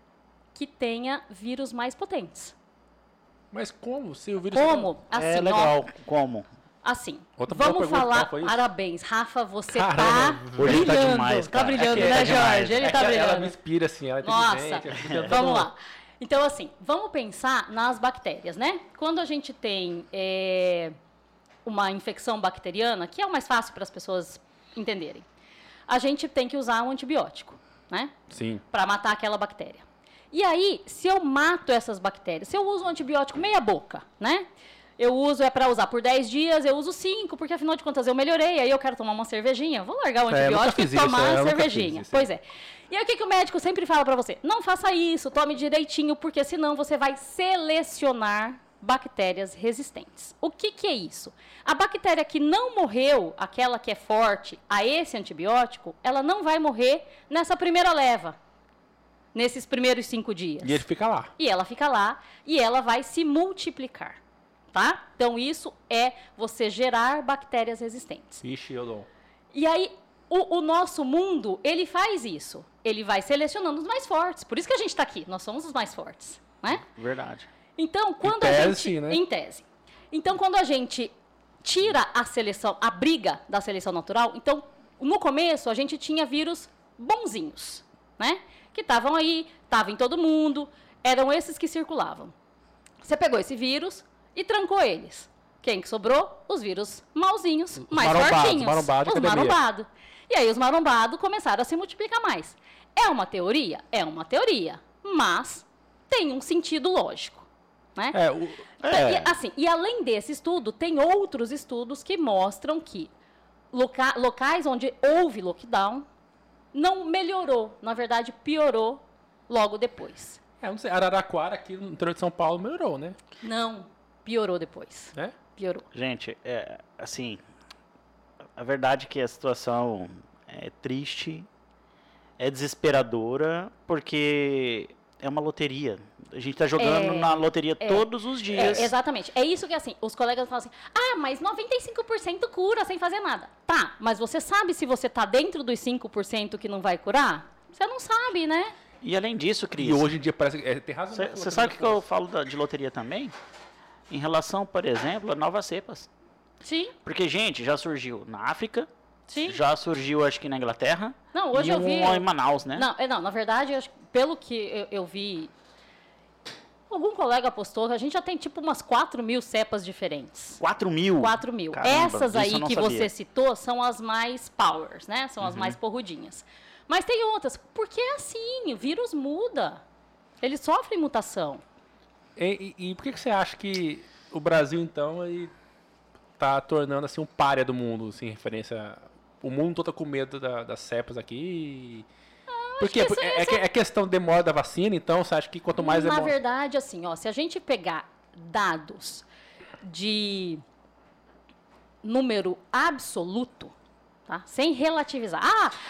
que tenha vírus mais potentes. Mas como? Se o vírus... Como? Assim, É legal. Como? Assim, Outra boa vamos pergunta, falar... qual foi isso? Parabéns, Rafa, você Caramba, tá hoje brilhando. tá demais, Tá cara. brilhando, É que né, tá demais. Jorge? Ele É tá que ela brilhando. me inspira, assim, ela é Nossa, inteligente. eu fico tentando- vamos lá. Então, assim, vamos pensar nas bactérias, né? Quando a gente tem uma infecção bacteriana, que é o mais fácil para as pessoas entenderem, a gente tem que usar um antibiótico, né? Sim. Para matar aquela bactéria. E aí, se eu mato essas bactérias, se eu uso um antibiótico meia boca, né? Eu uso, é para usar por 10 dias, eu uso 5, porque afinal de contas eu melhorei, aí eu quero tomar uma cervejinha, vou largar o eu nunca antibiótico e fiz isso, tomar eu a nunca cervejinha. fiz isso. Pois é. E aí o que o médico sempre fala para você? Não faça isso, tome direitinho, porque senão você vai selecionar bactérias resistentes. O que é isso? A bactéria que não morreu, aquela que é forte a esse antibiótico, ela não vai morrer nessa primeira leva, nesses primeiros 5 dias. E ele fica lá. E ela fica lá e ela vai se multiplicar, tá? Então, isso é você gerar bactérias resistentes. Ixi, eu dou. E aí, o nosso mundo, ele faz isso. Ele vai selecionando os mais fortes. Por isso que a gente está aqui. Nós somos os mais fortes, né? Verdade. Então, quando Em tese, a gente... sim, né? Em tese. Então, quando a gente tira a seleção, a briga da seleção natural, então, no começo, a gente tinha vírus bonzinhos, né? Que estavam aí, estavam em todo mundo, eram esses que circulavam. Você pegou esse vírus e trancou eles. Quem que sobrou? Os vírus mauzinhos, mais fortinhos. Marombado, os marombados. E aí os marombados começaram a se multiplicar mais. É uma teoria? É uma teoria. Mas tem um sentido lógico, né? E, assim, e além desse estudo, tem outros estudos que mostram que locais onde houve lockdown não melhorou, na verdade piorou logo depois. Não sei, Araraquara aqui no interior de São Paulo melhorou, né? Não, piorou depois. É? Piorou. Gente, assim, a verdade é que a situação é triste, é desesperadora, porque é uma loteria. A gente está jogando na loteria todos os dias. Exatamente. É isso que, assim, os colegas falam assim, mas 95% cura sem fazer nada. Tá, mas você sabe se você tá dentro dos 5% que não vai curar? Você não sabe, né? E além disso, Cris... E hoje em dia parece que tem razão. Você sabe o que eu falo de loteria também? Em relação, por exemplo, a novas cepas. Sim. Porque, gente, já surgiu na África, Sim. já surgiu, acho que na Inglaterra, não, hoje e eu vi... em Manaus, né? Não, na verdade, pelo que eu vi... Algum colega postou que a gente já tem tipo umas 4.000 cepas diferentes. 4 mil? 4.000. Caramba, essas isso aí eu não que sabia. você citou são as mais powers, né? São as mais porrudinhas. Mas tem outras. Porque é assim, o vírus muda. Ele sofre mutação. E por que você acha que o Brasil, então, está tornando assim um pária do mundo, assim, em referência... O mundo todo tá com medo das cepas aqui... Porque é questão de demora da vacina, então você acha que quanto mais demora... Na verdade, assim, se a gente pegar dados de número absoluto, tá? Sem relativizar.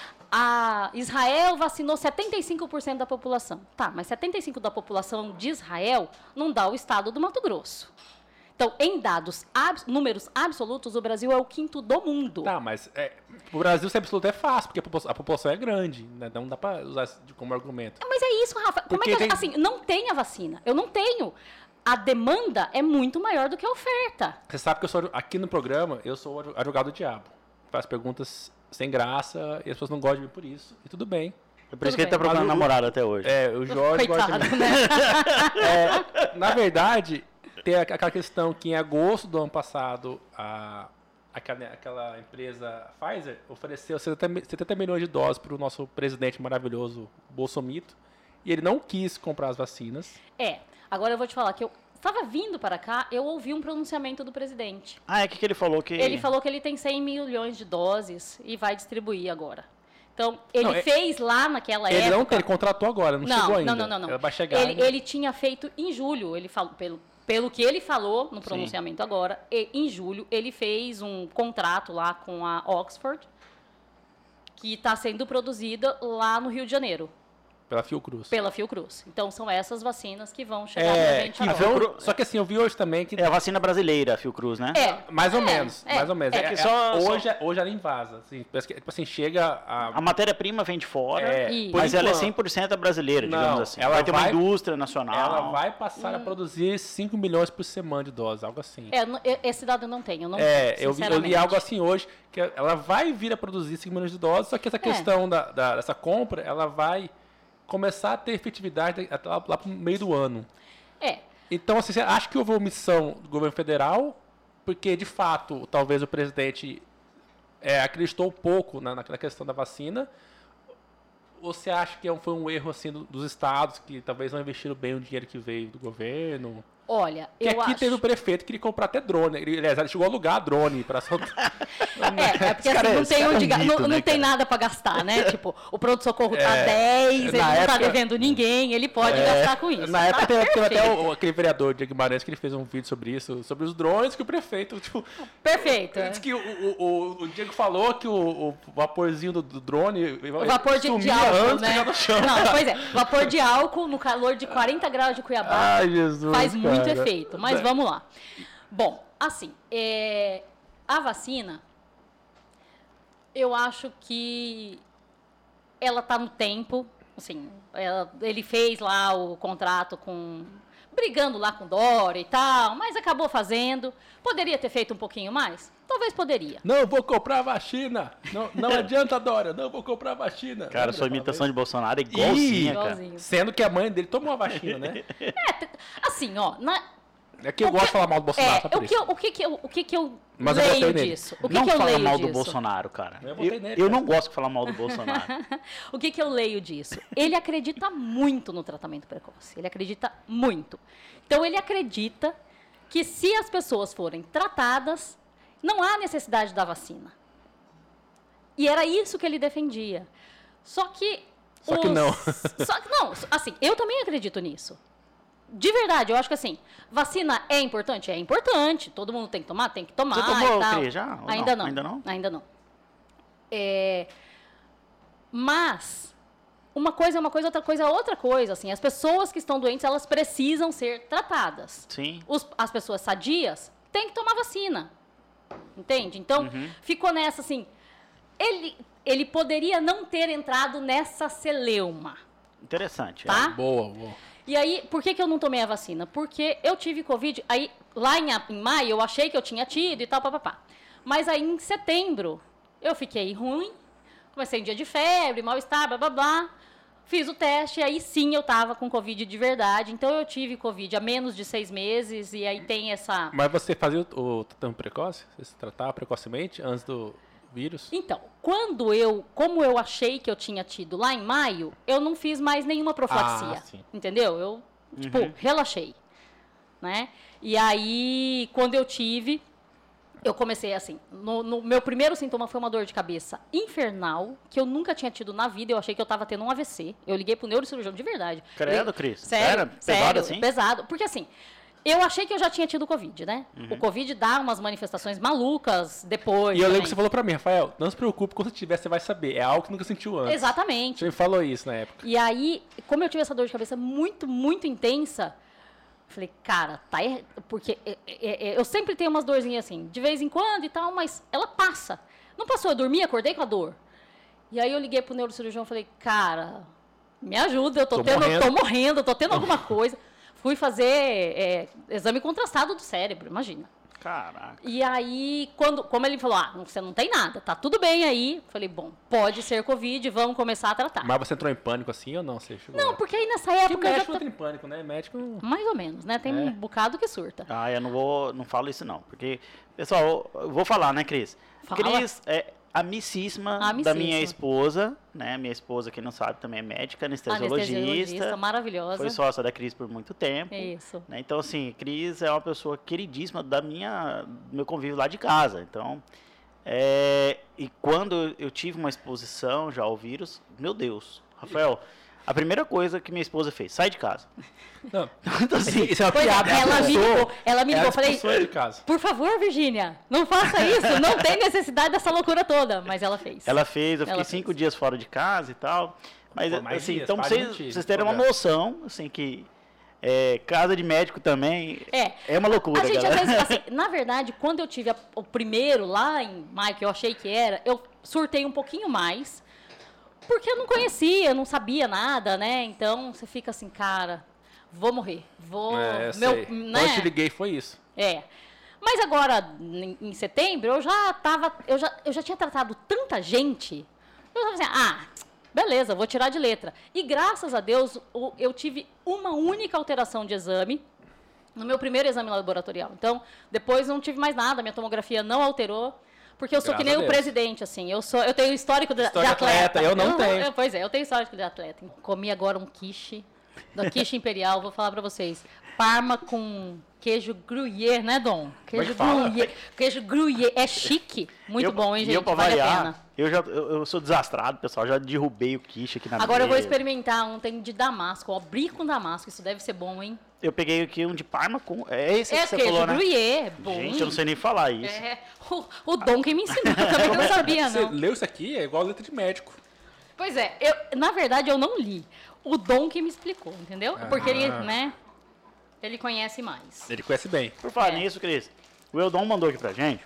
A Israel vacinou 75% da população. Tá, mas 75% da população de Israel não dá o estado do Mato Grosso. Então, em números absolutos, o Brasil é o 5º do mundo. Tá, mas o Brasil ser absoluto é fácil, porque a população é grande, né? Não dá para usar isso como argumento. Mas é isso, Rafa. Como é que, assim, não tem a vacina? Eu não tenho. A demanda é muito maior do que a oferta. Você sabe que eu sou, aqui no programa, eu sou o advogado do diabo. Faço perguntas sem graça e as pessoas não gostam de mim por isso. E tudo bem. É por isso que ele tá procurando namorado até hoje. O Jorge Coitado, gosta de mim. né? Na verdade... Tem aquela questão que em agosto do ano passado, aquela empresa Pfizer ofereceu 70 milhões de doses para o nosso presidente maravilhoso, Bolsonaro, e ele não quis comprar as vacinas. Agora eu vou te falar que eu estava vindo para cá, eu ouvi um pronunciamento do presidente. O que ele falou? Ele falou que ele tem 100 milhões de doses e vai distribuir agora. Então, ele fez lá naquela época... Ele não tem, ele contratou agora, não chegou ainda. Não. Ela vai chegar ele tinha feito em julho, ele falou... Pelo que ele falou no pronunciamento agora, em julho, ele fez um contrato lá com a Oxford, que está sendo produzida lá no Rio de Janeiro. Pela Fiocruz. Pela Fiocruz. Então, são essas vacinas que vão chegar pra gente agora. Só que assim, eu vi hoje também que... É a vacina brasileira, a Fiocruz, né? Mais ou menos. Hoje ela invasa. Assim, tipo assim, chega a matéria-prima vem de fora, mas ela é 100% brasileira, digamos assim. Ela vai ter uma indústria nacional. Ela vai passar a produzir 5 milhões por semana de doses, algo assim. Esse dado eu não tenho. Eu li algo assim hoje, que ela vai vir a produzir 5 milhões de doses, só que essa questão dessa compra, ela vai começar a ter efetividade lá para o meio do ano. Então, assim, você acha que houve omissão do governo federal? Porque, de fato, talvez o presidente acreditou um pouco na questão da vacina? Ou você acha que foi um erro assim, dos estados que talvez não investiram bem o dinheiro que veio do governo? Olha, eu acho... Aqui teve um prefeito que queria comprar até drone. Ele chegou a alugar drone para soltar. Porque assim, não tem nada para gastar, né? Tipo, o pronto-socorro está 10, ele não está devendo ninguém, ele pode gastar com isso. Na época teve até aquele vereador, Diego Guimarães, que ele fez um vídeo sobre isso, sobre os drones que o prefeito... Tipo, perfeito. Diz que o Diego falou que o vaporzinho do drone... O vapor de álcool, né? No chão. Não, pois é, vapor de álcool no calor de 40 graus de Cuiabá faz muito efeito, mas vamos lá. Bom, assim, a vacina, eu acho que ela está no tempo, assim, ele fez lá o contrato brigando lá com Dória e tal, mas acabou fazendo. Poderia ter feito um pouquinho mais? Talvez poderia. Não vou comprar vacina. Não adianta, Dória. Não vou comprar vacina. Cara, sua imitação de Bolsonaro é igualzinha, cara. Sendo que a mãe dele tomou a vacina, né? Assim, ó... É que eu gosto de falar mal do Bolsonaro, só por isso. O que eu leio disso? Não fala mal do Bolsonaro, cara. Eu não gosto de falar mal do Bolsonaro. O que eu leio disso? Ele acredita muito no tratamento precoce. Ele acredita muito. Então, ele acredita que se as pessoas forem tratadas, não há necessidade da vacina. E era isso que ele defendia. Só que não. Não, assim, eu também acredito nisso. De verdade, eu acho que assim, vacina é importante? É importante. Todo mundo tem que tomar? Tem que tomar. Você tomou o quê? Já? Ainda não. Ainda não? Ainda não. Mas uma coisa é uma coisa, outra coisa é outra coisa. Assim, as pessoas que estão doentes, elas precisam ser tratadas. Sim. As pessoas sadias têm que tomar vacina. Entende? Então, ficou nessa assim... Ele poderia não ter entrado nessa celeuma. Interessante. Tá? Boa. E aí, por que eu não tomei a vacina? Porque eu tive Covid, aí lá em maio eu achei que eu tinha tido e tal, papapá. Mas aí em setembro eu fiquei ruim, comecei um dia de febre, mal-estar, blá, blá, blá. Fiz o teste e aí sim eu tava com Covid de verdade. Então eu tive Covid há menos de 6 meses e aí tem essa... Mas você fazia o tratamento precoce? Você se tratava precocemente antes do vírus? Então, como eu achei que eu tinha tido lá em maio, eu não fiz mais nenhuma profilaxia, entendeu? Eu, relaxei, né? E aí, quando eu tive, eu comecei assim, no meu primeiro sintoma foi uma dor de cabeça infernal, que eu nunca tinha tido na vida, eu achei que eu estava tendo um AVC. Eu liguei pro neurocirurgião de verdade. Credo, Cris? Sério, pesado assim? Pesado, porque assim... Eu achei que eu já tinha tido Covid, né? O Covid dá umas manifestações malucas depois. E eu lembro que você falou pra mim, Rafael, não se preocupe, quando você tiver, você vai saber. É algo que nunca sentiu antes. Exatamente. Você me falou isso na época. E aí, como eu tive essa dor de cabeça muito, muito intensa, eu falei, cara, tá errado. Porque eu sempre tenho umas dorzinhas assim, de vez em quando e tal, mas ela passa. Não passou, eu dormi, acordei com a dor. E aí eu liguei pro neurocirurgião e falei, cara, me ajuda, eu tô morrendo, tô tendo alguma coisa. Fui fazer exame contrastado do cérebro, imagina. Caraca. E aí, como ele falou, você não tem nada, tá tudo bem aí. Falei, bom, pode ser Covid, vamos começar a tratar. Mas você entrou em pânico assim ou não? Você chegou não, porque aí nessa época... Porque médico entra em pânico, né? Médico... Mais ou menos, né? Tem um bocado que surta. Eu não falo isso não, porque... Pessoal, eu vou falar, né, Cris? Fala. Cris é amicíssima da minha esposa, né? Minha esposa, quem não sabe, também é médica, anestesiologista. Maravilhosa. Foi sócia da Cris por muito tempo. Isso. Né? Então, assim, Cris é uma pessoa queridíssima do meu convívio lá de casa. Então, e quando eu tive uma exposição já ao vírus, meu Deus, Rafael, a primeira coisa que minha esposa fez, sai de casa. Não. Então, assim, isso é uma piada. Ela me ligou, falei, de casa. por favor, Virgínia, não faça isso, não tem necessidade dessa loucura toda. Mas ela fez. Ela fez, eu fiquei 5 dias fora de casa e tal. Mas, Pô, mais assim, dias, então quase vocês 20 vocês terem uma programa. noção, assim, que casa de médico também é uma loucura, A gente, galera. às vezes, assim, na verdade, quando eu tive o primeiro lá em maio, que eu achei que era, eu surtei um pouquinho mais, porque eu não conhecia, não sabia nada, né? Então, você fica assim, cara, vou morrer. Sei. Quando né? eu te liguei, foi isso. Mas agora, em setembro, eu já tinha tratado tanta gente, eu estava assim, beleza, vou tirar de letra. E graças a Deus, eu tive uma única alteração de exame no meu primeiro exame laboratorial. Então, depois não tive mais nada, minha tomografia não alterou, porque eu sou Graças que nem a o Deus. presidente, assim, eu tenho histórico de atleta. Eu não tenho. Pois é, eu tenho histórico de atleta. Comi agora um quiche, da quiche imperial, vou falar pra vocês. Parma com queijo gruyère, né, Dom? Queijo gruyère, é chique. Muito bom, hein, gente? E eu, pra Vale a variar, pena. eu sou desastrado, pessoal, já derrubei o quiche aqui na Agora eu vou mesa. experimentar um tem de damasco, ó, brie com damasco, isso deve ser bom, hein? Eu peguei aqui um de Parma com... É esse que você queijo falou, né? gruyère, bom. Gente, eu não sei nem falar isso. O Dom que me ensinou, eu também não sabia, Você não. leu isso aqui? É igual letra de médico. Pois é, na verdade eu não li. O Dom que me explicou, entendeu? Porque ele, né, ele conhece mais. Ele conhece bem. Por falar nisso, Cris, o Eldon mandou aqui pra gente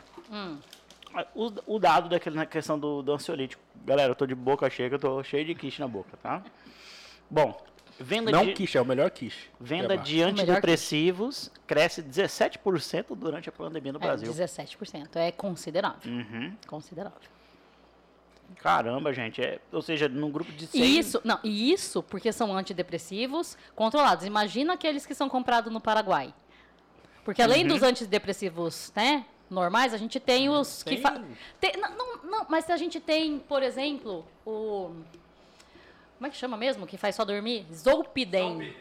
o dado na questão do ansiolítico. Galera, eu tô de boca cheia, que eu tô cheio de quiche na boca, tá? Bom, venda Não de... quiche, é o melhor quiche. Venda de antidepressivos cresce 17% durante a pandemia no Brasil. 17%, é considerável. Uhum. Considerável. Caramba, gente. Ou seja, num grupo de 100... E isso porque são antidepressivos controlados. Imagina aqueles que são comprados no Paraguai. Porque além dos antidepressivos, né, normais, a gente tem os que... Não, mas a gente tem, por exemplo, o... Como é que chama mesmo? Que faz só dormir? Zolpidem.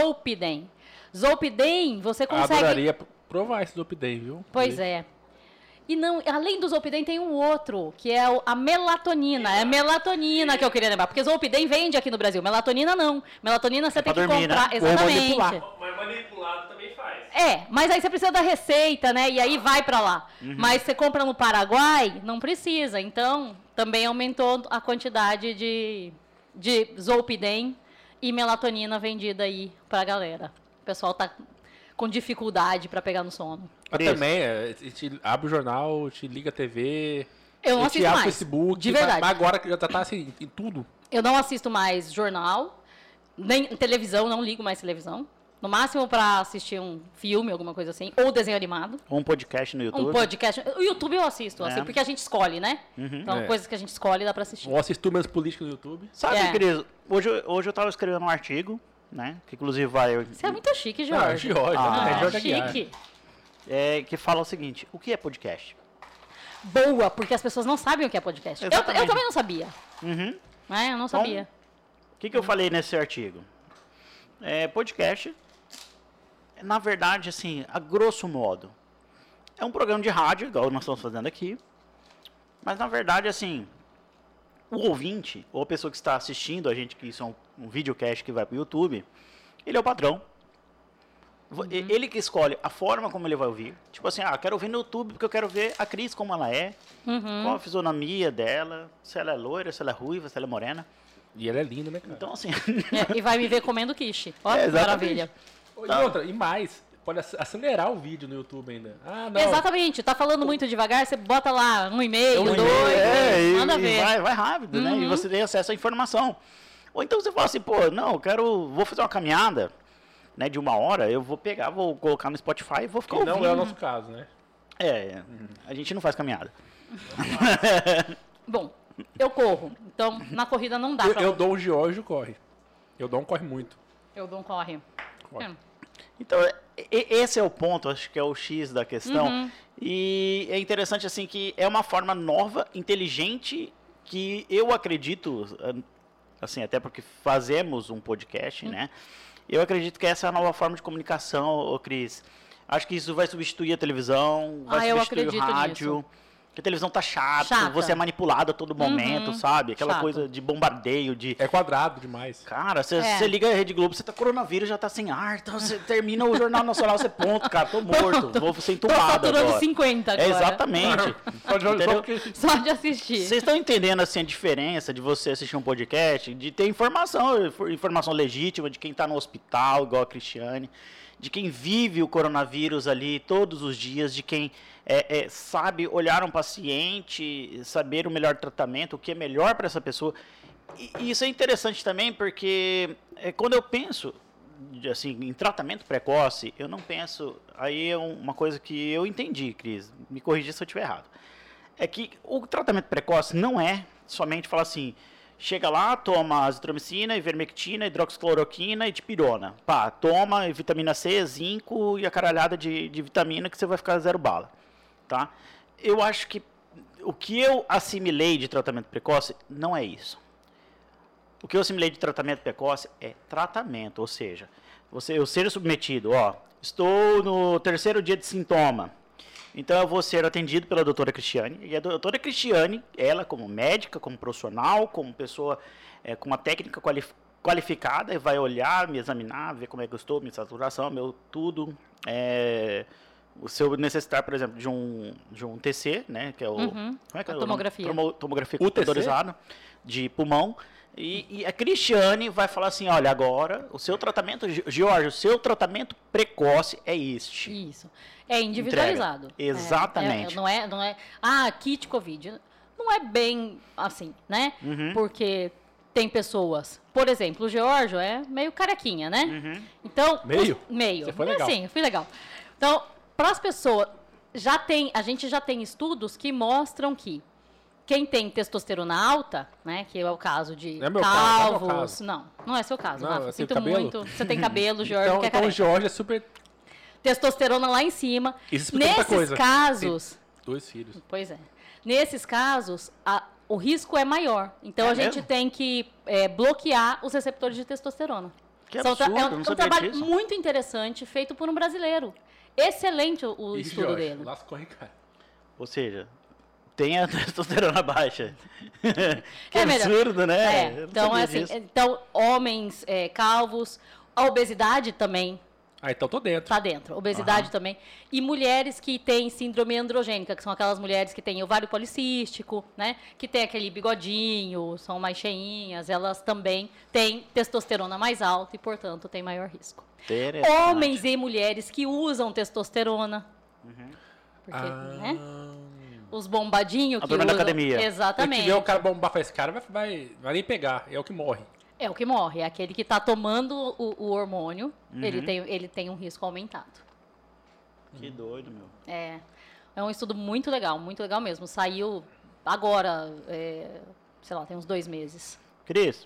Zolpidem, você consegue... Adoraria provar esse Zolpidem, viu? Pois é. E não, além do Zolpidem tem um outro, que é a melatonina. É a melatonina que eu queria lembrar. Porque Zolpidem vende aqui no Brasil. Melatonina não. Melatonina você tem que dormir, comprar. né? Exatamente. Mas manipulado também faz. Mas aí você precisa da receita, né? E aí vai pra lá. Mas você compra no Paraguai, não precisa. Então, também aumentou a quantidade de Zolpidem e melatonina vendida aí pra galera. O pessoal tá com dificuldade pra pegar no sono. Mas também, te abre o jornal, te liga a TV, Eu não te assisto abre o mais. Facebook. De verdade. Mas agora que já tá assim, em tudo. Eu não assisto mais jornal, nem televisão, não ligo mais televisão. No máximo pra assistir um filme, alguma coisa assim, ou desenho animado. Ou um podcast no YouTube. Um podcast. O YouTube eu assisto, assim, porque a gente escolhe, né? Então, É. coisas que a gente escolhe dá pra assistir. Ou assisto menos política no YouTube. Sabe, querido, hoje eu tava escrevendo um artigo, né? Que inclusive vai... Você é muito chique, Jorge. Jorge, é Jorge Aguiar. Chique. que fala o seguinte, o que é podcast? Boa, porque as pessoas não sabem o que é podcast. Eu Exatamente. também não sabia. Uhum. Eu não sabia. O que eu falei nesse artigo? Podcast, na verdade, assim, a grosso modo, é um programa de rádio, igual nós estamos fazendo aqui, mas na verdade, assim, o ouvinte, ou a pessoa que está assistindo a gente, que isso é um videocast que vai para o YouTube, ele é o patrão. Ele que escolhe a forma como ele vai ouvir. Tipo assim, quero ouvir no YouTube porque eu quero ver a Cris como ela é, qual a fisionomia dela, se ela é loira, se ela é ruiva, se ela é morena. E ele é lindo, né, cara? Então, assim... E vai me ver comendo quiche. Ó, É, que exatamente. maravilha. E outra, e mais, pode acelerar o vídeo no YouTube ainda. Não. Exatamente. Tá falando muito devagar, você bota lá 1,5, 2, manda e ver. vai rápido, né? E você tem acesso à informação. Ou então você fala assim, pô, não, vou fazer uma caminhada, né, de 1 hora, eu vou colocar no Spotify e vou ficar Que não ouvindo. é o nosso caso, né? A gente não faz caminhada. Bom, eu corro. Então, na corrida não dá pra... Eu dou um Giorgio corre. Eu dou um corre muito. Eu dou um corre. Corre. Então, esse é o ponto, acho que é o X da questão. E é interessante, assim, que é uma forma nova, inteligente, que eu acredito, assim, até porque fazemos um podcast, né? Eu acredito que essa é a nova forma de comunicação, Cris. Acho que isso vai substituir a televisão, vai eu substituir o acredito rádio. nisso. Que a televisão tá Chata. você é manipulado a todo momento, sabe? Aquela Chato. coisa de bombardeio, de... É quadrado demais. Cara, você liga a Rede Globo, você tá coronavírus, já tá sem ar, então você termina o Jornal Nacional, você ponto, cara, tô morto, vou ser Tô entubado faturando agora. 50 agora. Exatamente. Entendeu? Só de assistir. Vocês estão entendendo assim a diferença de você assistir um podcast, de ter informação legítima de quem está no hospital, igual a Cristiane, de quem vive o coronavírus ali todos os dias, de quem sabe olhar um paciente, saber o melhor tratamento, o que é melhor para essa pessoa. E isso é interessante também porque quando eu penso assim, em tratamento precoce, eu não penso... Aí é uma coisa que eu entendi, Cris, me corrija se eu estiver errado. É que o tratamento precoce não é somente falar assim, chega lá, toma azitromicina, ivermectina, hidroxicloroquina e dipirona. Pá, toma vitamina C, zinco e a caralhada de vitamina que você vai ficar zero bala. Tá? Eu acho que o que eu assimilei de tratamento precoce não é isso. O que eu assimilei de tratamento precoce é tratamento, ou seja, eu ser submetido, estou no 3º dia de sintoma, então eu vou ser atendido pela doutora Cristiane, e a doutora Cristiane, ela como médica, como profissional, como pessoa com uma técnica qualificada, vai olhar, me examinar, ver como é que eu estou, minha saturação, meu tudo, se eu necessitar, por exemplo, de um TC, né, que é o... Como é que é tomografia. Tomografia computadorizada de pulmão. E a Cristiane vai falar assim, olha, agora, o seu tratamento, Jorge, o seu tratamento precoce é este. Isso. É individualizado. Entrega. Exatamente. Não é, kit Covid. Não é bem assim, né? Porque tem pessoas, por exemplo, o Georgio é meio carequinha, né? Então, meio. Você foi legal. Sim, fui legal. Então, para as pessoas, a gente já tem estudos que mostram que quem tem testosterona alta, né, que é o caso de calvos... Não é seu caso, não, Rafa. Sinto cabelo. muito. Você tem cabelo, Jorge, que é então o careca. Jorge é super... Testosterona lá em cima. Isso explica muita coisa. Nesses casos... Tem 2 filhos. Pois é. Nesses casos, o risco é maior. Então, a gente tem que bloquear os receptores de testosterona. Que absurdo, é eu não um sabia trabalho disso. muito interessante, feito por um brasileiro. Excelente o estudo Jorge, dele. lascou, hein, cara. Ou seja, tem a testosterona baixa. Que melhor. absurdo, né? Eu não Então, sabia assim, disso. então, homens calvos, a obesidade também Então tô dentro. tá dentro. Obesidade também. E mulheres que têm síndrome androgênica, que são aquelas mulheres que têm ovário policístico, né? Que tem aquele bigodinho, são mais cheinhas, elas também têm testosterona mais alta e, portanto, têm maior risco. Homens e mulheres que usam testosterona. Porque, né? Os bombadinhos A que turma da usam... academia. Se Exatamente. tiver o cara bombar pra esse cara, vai nem pegar. É o que morre. É o que morre. É aquele que está tomando o hormônio, ele tem um risco aumentado. Que doido, meu. É um estudo muito legal mesmo. Saiu agora, sei lá, tem uns 2 meses. Cris,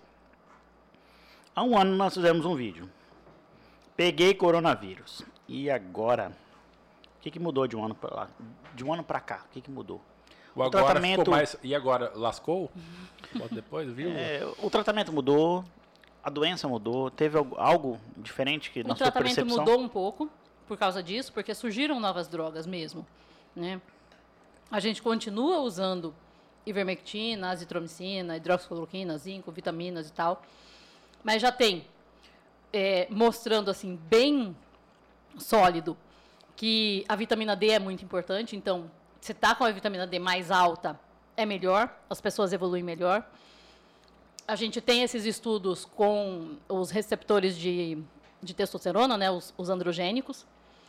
há um ano nós fizemos um vídeo. Peguei coronavírus. E agora? O que mudou de um ano para lá? De um ano para cá, o que mudou? O agora tratamento... ficou mais... E agora, lascou? Bota depois, viu? O tratamento mudou, a doença mudou, teve algo diferente que na sua percepção? O tratamento mudou um pouco por causa disso, porque surgiram novas drogas mesmo, né? A gente continua usando ivermectina, azitromicina, hidroxicloroquina, zinco, vitaminas e tal, mas já tem mostrando assim bem sólido que a vitamina D é muito importante. Então, se está com a vitamina D mais alta, é melhor, as pessoas evoluem melhor. A gente tem esses estudos com os receptores de testosterona, né, os androgênicos.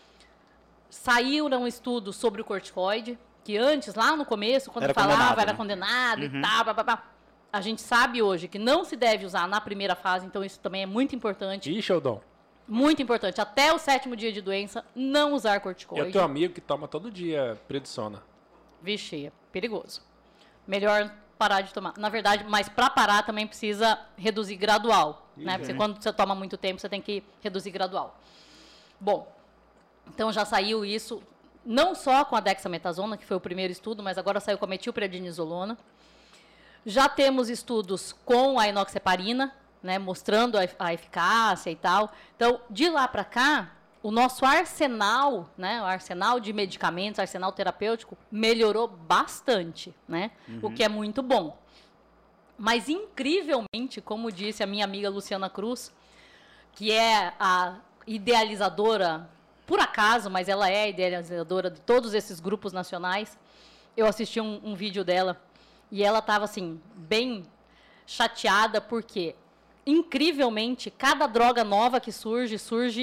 Saíram estudos sobre o corticoide, que antes, lá no começo, quando falava, era condenado e tal, A gente sabe hoje que não se deve usar na primeira fase, então isso também é muito importante. Ih, Sheldon. Muito importante. Até o 7º dia de doença, não usar corticoide. Eu tenho um amigo que toma todo dia prednisona. Vixe, é perigoso. Melhor parar de tomar. Na verdade, mas para parar também precisa reduzir gradual, né? Porque quando você toma muito tempo, você tem que reduzir gradual. Bom, então já saiu isso, não só com a dexametasona, que foi o primeiro estudo, mas agora saiu com a metilprednisolona. Já temos estudos com a enoxaparina, né, mostrando a eficácia e tal. Então, de lá para cá, o nosso arsenal, né, o arsenal de medicamentos, arsenal terapêutico, melhorou bastante, né? O que é muito bom. Mas, incrivelmente, como disse a minha amiga Luciana Cruz, que é a idealizadora, por acaso, mas ela é a idealizadora de todos esses grupos nacionais, eu assisti um vídeo dela e ela estava, assim, bem chateada, porque, incrivelmente, cada droga nova que surge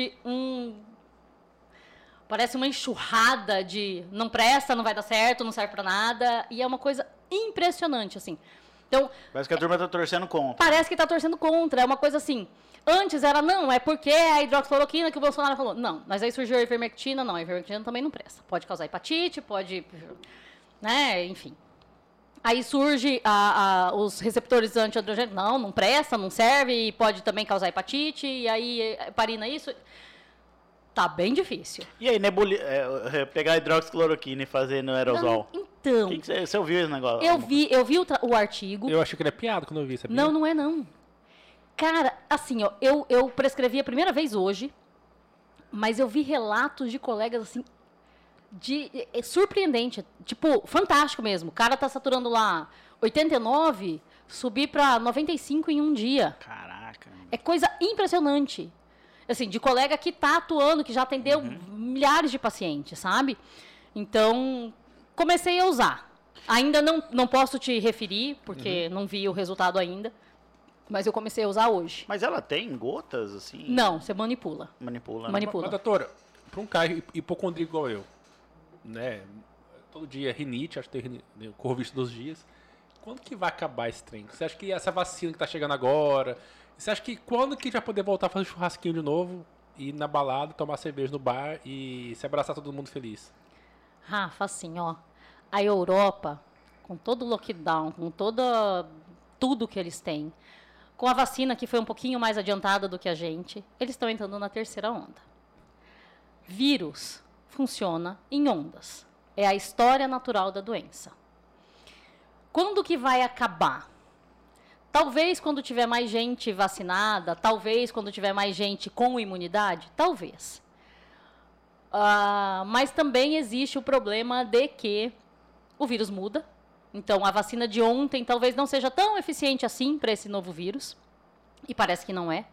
parece uma enxurrada de não presta, não vai dar certo, não serve para nada, e é uma coisa impressionante, assim. Então, parece que a turma está torcendo contra. Parece que está torcendo contra. É uma coisa assim. Antes era, não, é porque é a hidroxicloroquina que o Bolsonaro falou. Não, mas aí surgiu a ivermectina. Não, a ivermectina também não presta. Pode causar hepatite, pode... né, enfim. Aí surge os receptores antiandrogênicos. Não presta, não serve, e pode também causar hepatite. E aí, heparina isso... Tá bem difícil. E aí, pegar hidroxicloroquina e fazer no aerosol? Então... Você ouviu esse negócio? Eu vi o artigo. Eu achei que ele é piada quando eu vi, sabia? Não é não. Cara, assim, ó, eu prescrevi a primeira vez hoje, mas eu vi relatos de colegas, assim, surpreendente, tipo, fantástico mesmo. O cara tá saturando lá 89, subir pra 95 em um dia. Caraca. É coisa impressionante. Assim, de colega que tá atuando, que já atendeu milhares de pacientes, sabe? Então, comecei a usar. Ainda não posso te referir, porque não vi o resultado ainda, mas eu comecei a usar hoje. Mas ela tem gotas, assim? Não, você manipula. Manipula. Mas, doutora, para um cara hipocondríaco igual eu, né? Todo dia rinite, acho que tem corro visto dos dias. Quando que vai acabar esse trem? Você acha que essa vacina que tá chegando agora... Você acha que quando que já poder voltar a fazer churrasquinho de novo, ir na balada, tomar cerveja no bar e se abraçar todo mundo feliz? Rafa, assim, ó, a Europa, com todo o lockdown, com tudo que eles têm, com a vacina que foi um pouquinho mais adiantada do que a gente, eles estão entrando na terceira onda. Vírus funciona em ondas. É a história natural da doença. Quando que vai acabar? Talvez quando tiver mais gente vacinada, talvez quando tiver mais gente com imunidade, talvez. Mas também existe o problema de que o vírus muda. Então, a vacina de ontem talvez não seja tão eficiente assim para esse novo vírus. E parece que não é.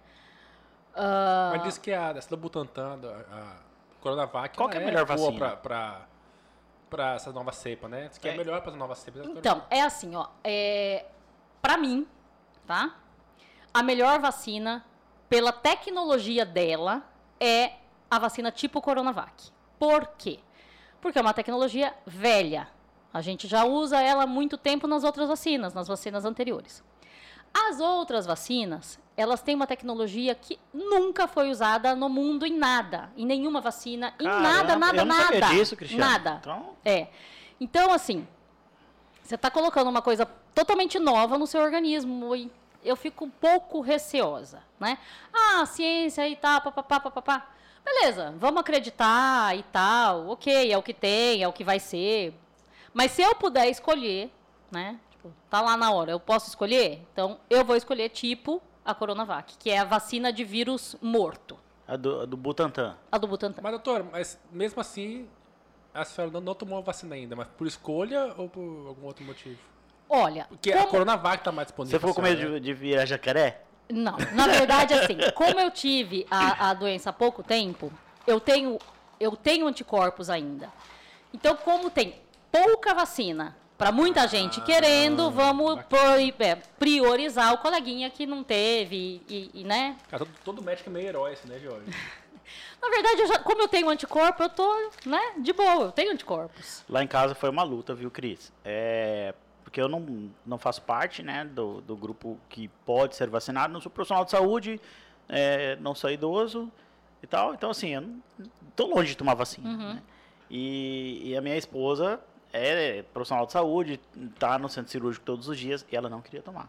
Mas diz que essa da Butantan, a Coronavac, qual que é a melhor vacina? Para essa nova cepa, né? Diz que é melhor para essa nova cepa. Então, é assim, ó. Para mim, tá? A melhor vacina, pela tecnologia dela, é a vacina tipo Coronavac. Por quê? Porque é uma tecnologia velha. A gente já usa ela há muito tempo nas outras vacinas, nas vacinas anteriores. As outras vacinas, elas têm uma tecnologia que nunca foi usada no mundo em nada. Em nenhuma vacina, em nada. Eu não sabia disso, Cristiano. Nada. Então, assim, você está colocando uma coisa totalmente nova no seu organismo e eu fico um pouco receosa, né? Ciência e tal, papapá. Beleza, vamos acreditar e tal, ok, é o que tem, é o que vai ser. Mas se eu puder escolher, né? Tipo, tá lá na hora, eu posso escolher? Então, eu vou escolher tipo a Coronavac, que é a vacina de vírus morto. A do Butantan. A do Butantan. Mas, doutor, mesmo assim, a senhora não tomou a vacina ainda, mas por escolha ou por algum outro motivo? Olha... Porque a Coronavac está mais disponível. Você ficou com medo de virar jacaré? Não, na verdade, assim, como eu tive a doença há pouco tempo, eu tenho anticorpos ainda. Então, como tem pouca vacina para muita gente querendo, vamos priorizar o coleguinha que não teve e né? Cara, todo médico é meio herói, assim, né, Jorge? Na verdade, como eu tenho anticorpo, eu tô, né, de boa, eu tenho anticorpos. Lá em casa foi uma luta, viu, Cris? Porque eu não faço parte, né, do grupo que pode ser vacinado, não sou profissional de saúde, não sou idoso e tal. Então, assim, eu não tô longe de tomar vacina, né? E a minha esposa é profissional de saúde, tá no centro cirúrgico todos os dias e ela não queria tomar.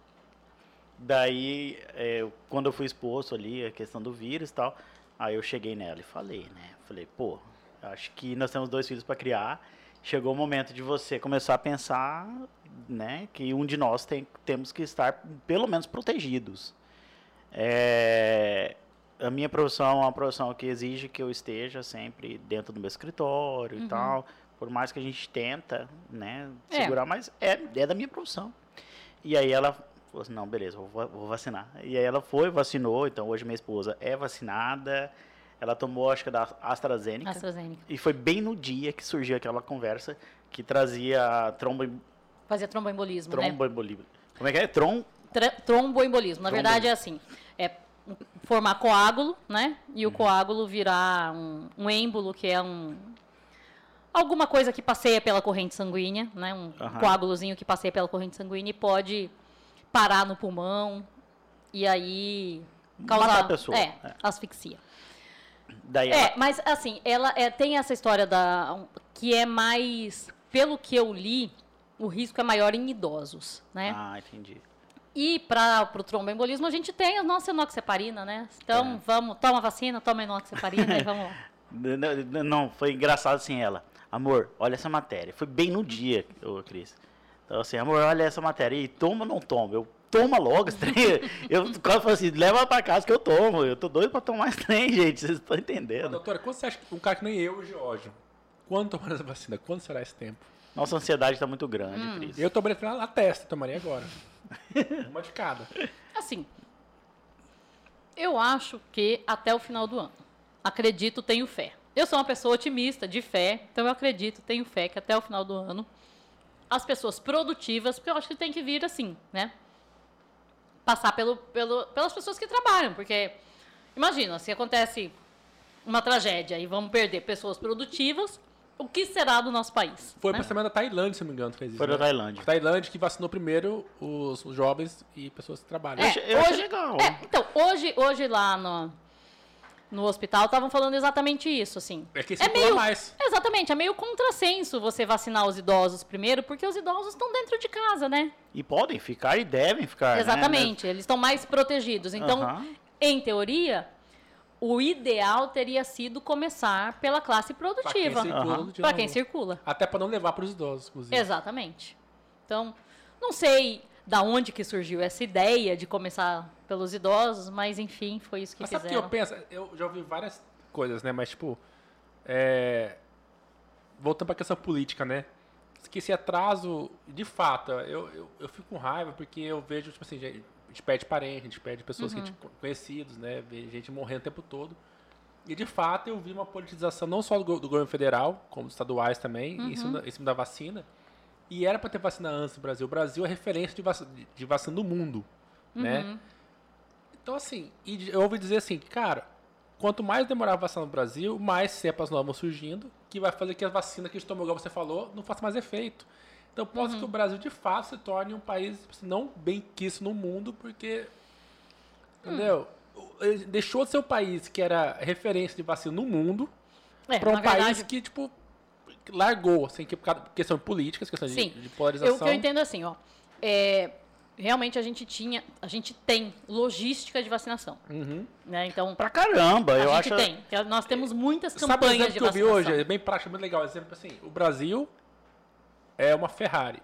Daí, quando eu fui exposto ali, a questão do vírus e tal, aí eu cheguei nela e falei, né? Falei, pô, acho que nós temos 2 filhos para criar, chegou o momento de você começar a pensar, né, que um de nós temos que estar pelo menos protegidos. A minha profissão é uma profissão que exige que eu esteja sempre dentro do meu escritório e tal. Por mais que a gente tenta, né, segurar, mas é da minha profissão. E aí ela falou assim, não, beleza, vou vacinar. E aí ela foi, vacinou, então hoje minha esposa é vacinada. Ela tomou, acho que da AstraZeneca. E foi bem no dia que surgiu aquela conversa que trazia Fazia tromboembolismo, né? Tromboembolismo. Como é que é? Tromboembolismo. Na verdade é assim, formar coágulo, né? E o coágulo virar um êmbolo, que é alguma coisa que passeia pela corrente sanguínea, né? Um coágulozinho que passeia pela corrente sanguínea e pode parar no pulmão e aí causar matar a pessoa. Asfixia. Daí mas assim, ela tem essa história que é mais, pelo que eu li, o risco é maior em idosos, né? Ah, entendi. E para o tromboembolismo a gente tem a nossa enoxaparina, né? Então toma a vacina, toma a enoxaparina e vamos lá. Não, foi engraçado assim ela. Amor, olha essa matéria. Foi bem no dia, Cris. Então assim, amor, olha essa matéria. E toma ou não toma? Eu toma logo esse trem. Eu quase falei assim, leva pra casa que eu tomo. Eu tô doido pra tomar esse trem, gente. Vocês estão entendendo. Doutora, quando você acha que um cara que nem eu, o Geórgio, quando tomar essa vacina? Quando será esse tempo? Nossa ansiedade tá muito grande, Cris. Eu tomaria na testa, tomaria agora. Uma de cada. Assim, eu acho que até o final do ano. Acredito, tenho fé. Eu sou uma pessoa otimista, de fé, então eu acredito, tenho fé que até o final do ano as pessoas produtivas, porque eu acho que tem que vir assim, né? Passar pelas pessoas que trabalham, porque imagina, se acontece uma tragédia e vamos perder pessoas produtivas, o que será do nosso país? Foi pra semana da Tailândia, se não me engano, que fez isso. Foi da Tailândia. Tailândia que vacinou primeiro os jovens e pessoas que trabalham. Hoje legal. Então, hoje lá no hospital estavam falando exatamente isso, assim. É que circula mais. Exatamente, é meio contrassenso você vacinar os idosos primeiro, porque os idosos estão dentro de casa, né? E podem ficar e devem ficar, exatamente, eles estão mais protegidos. Então, em teoria, o ideal teria sido começar pela classe produtiva. Para quem circula. Até para não levar para os idosos, inclusive. Exatamente. Então, não sei da onde que surgiu essa ideia de começar pelos idosos, mas enfim, foi isso que fizeram. Sabe o que eu penso? Eu já ouvi várias coisas, né? Mas, tipo, voltando para a questão política, né? Que esse atraso, de fato, eu fico com raiva porque eu vejo, tipo assim, a gente perde parente, a gente perde pessoas conhecidos, né? Vê gente morrendo o tempo todo. E, de fato, eu vi uma politização não só do governo federal, como dos estaduais também, em cima da vacina. E era para ter vacina antes do Brasil. O Brasil é referência de vacina do mundo, né? Então, assim, eu ouvi dizer assim, cara, quanto mais demorar a vacina no Brasil, mais cepas novas vão surgindo, que vai fazer que a vacina que a gente tomou, igual você falou, não faça mais efeito. Então, pode ser que o Brasil, de fato, se torne um país não bem quisto no mundo, porque, entendeu? Deixou de ser o país que era referência de vacina no mundo para um país que, tipo, largou, assim, que por causa de questão de políticas, questão de polarização. O que eu entendo assim, ó, realmente a gente tem logística de vacinação, né? Então, pra caramba, eu acho. Nós temos muitas campanhas de vacinação. Sabe o que eu vi hoje? É bem prático, muito legal. Exemplo assim, o Brasil é uma Ferrari,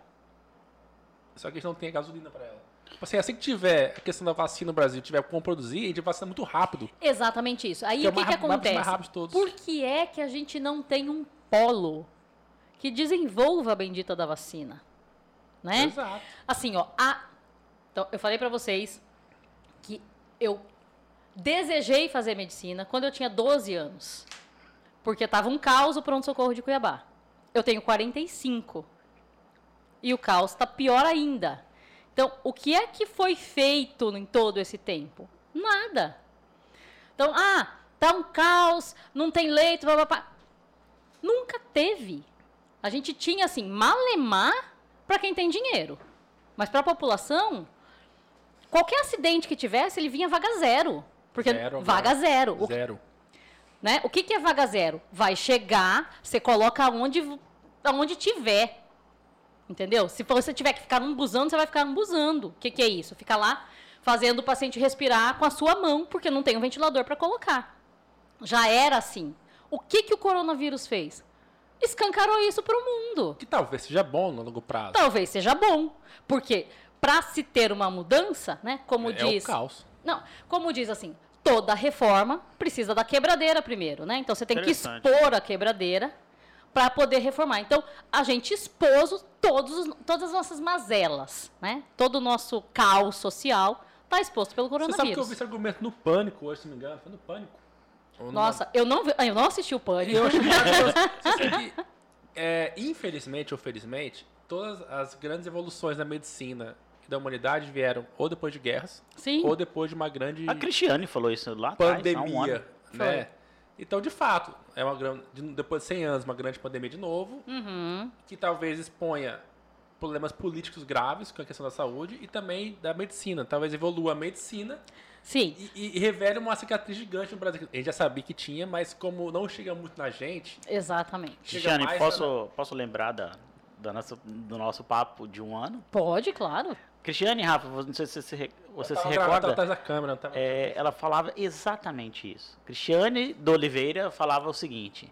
só que a gente não tem gasolina para ela. Assim que tiver a questão da vacina no Brasil, tiver como produzir, a gente vacina muito rápido. Exatamente isso. Aí o que acontece? Mais rápido de todos. Por que é que a gente não tem um polo que desenvolva a bendita da vacina? Né? Exato. Assim, ó, então, eu falei pra vocês que eu desejei fazer medicina quando eu tinha 12 anos. Porque tava um caos o pronto-socorro de Cuiabá. Eu tenho 45. E o caos tá pior ainda. Então, o que é que foi feito em todo esse tempo? Nada. Então, tá um caos, não tem leito, papapá. Nunca teve. A gente tinha, assim, malemar para quem tem dinheiro. Mas para a população, qualquer acidente que tivesse, ele vinha vaga zero. Porque vaga zero. Zero. Né? O que é vaga zero? Vai chegar, você coloca aonde tiver. Entendeu? Se você tiver que ficar umbuzando, você vai ficar umbuzando. O que é isso? Ficar lá fazendo o paciente respirar com a sua mão, porque não tem um ventilador para colocar. Já era assim. O que o coronavírus fez? Escancarou isso para o mundo. Que talvez seja bom no longo prazo. Talvez seja bom. Porque para se ter uma mudança, né? Como diz... É o caos. Não, como diz assim, toda reforma precisa da quebradeira primeiro, né? Então, você tem que expor a quebradeira para poder reformar. Então, a gente expôs todas as nossas mazelas, né? Todo o nosso caos social está exposto pelo coronavírus. Você sabe que eu vi esse argumento no Pânico hoje, se não me engano. Foi no Pânico. Nossa, eu não assisti o Pânico. Eu acho que, infelizmente ou felizmente, todas as grandes evoluções da medicina e da humanidade vieram ou depois de guerras, Sim. ou depois de uma grande A Cristiane falou isso lá pandemia, atrás, há um ano. né? Então, de fato, é depois de 100 anos, uma grande pandemia de novo, que talvez exponha problemas políticos graves com a questão da saúde e também da medicina. Talvez evolua a medicina. Sim. E revele uma cicatriz gigante no Brasil. A gente já sabia que tinha, mas como não chega muito na gente... Exatamente. Cristiane, posso lembrar do nosso papo de um ano? Pode, claro. Cristiane, Rafa, não sei se você se recorda? recorda. Atrás da câmera, não ela falava exatamente isso. Cristiane de Oliveira falava o seguinte: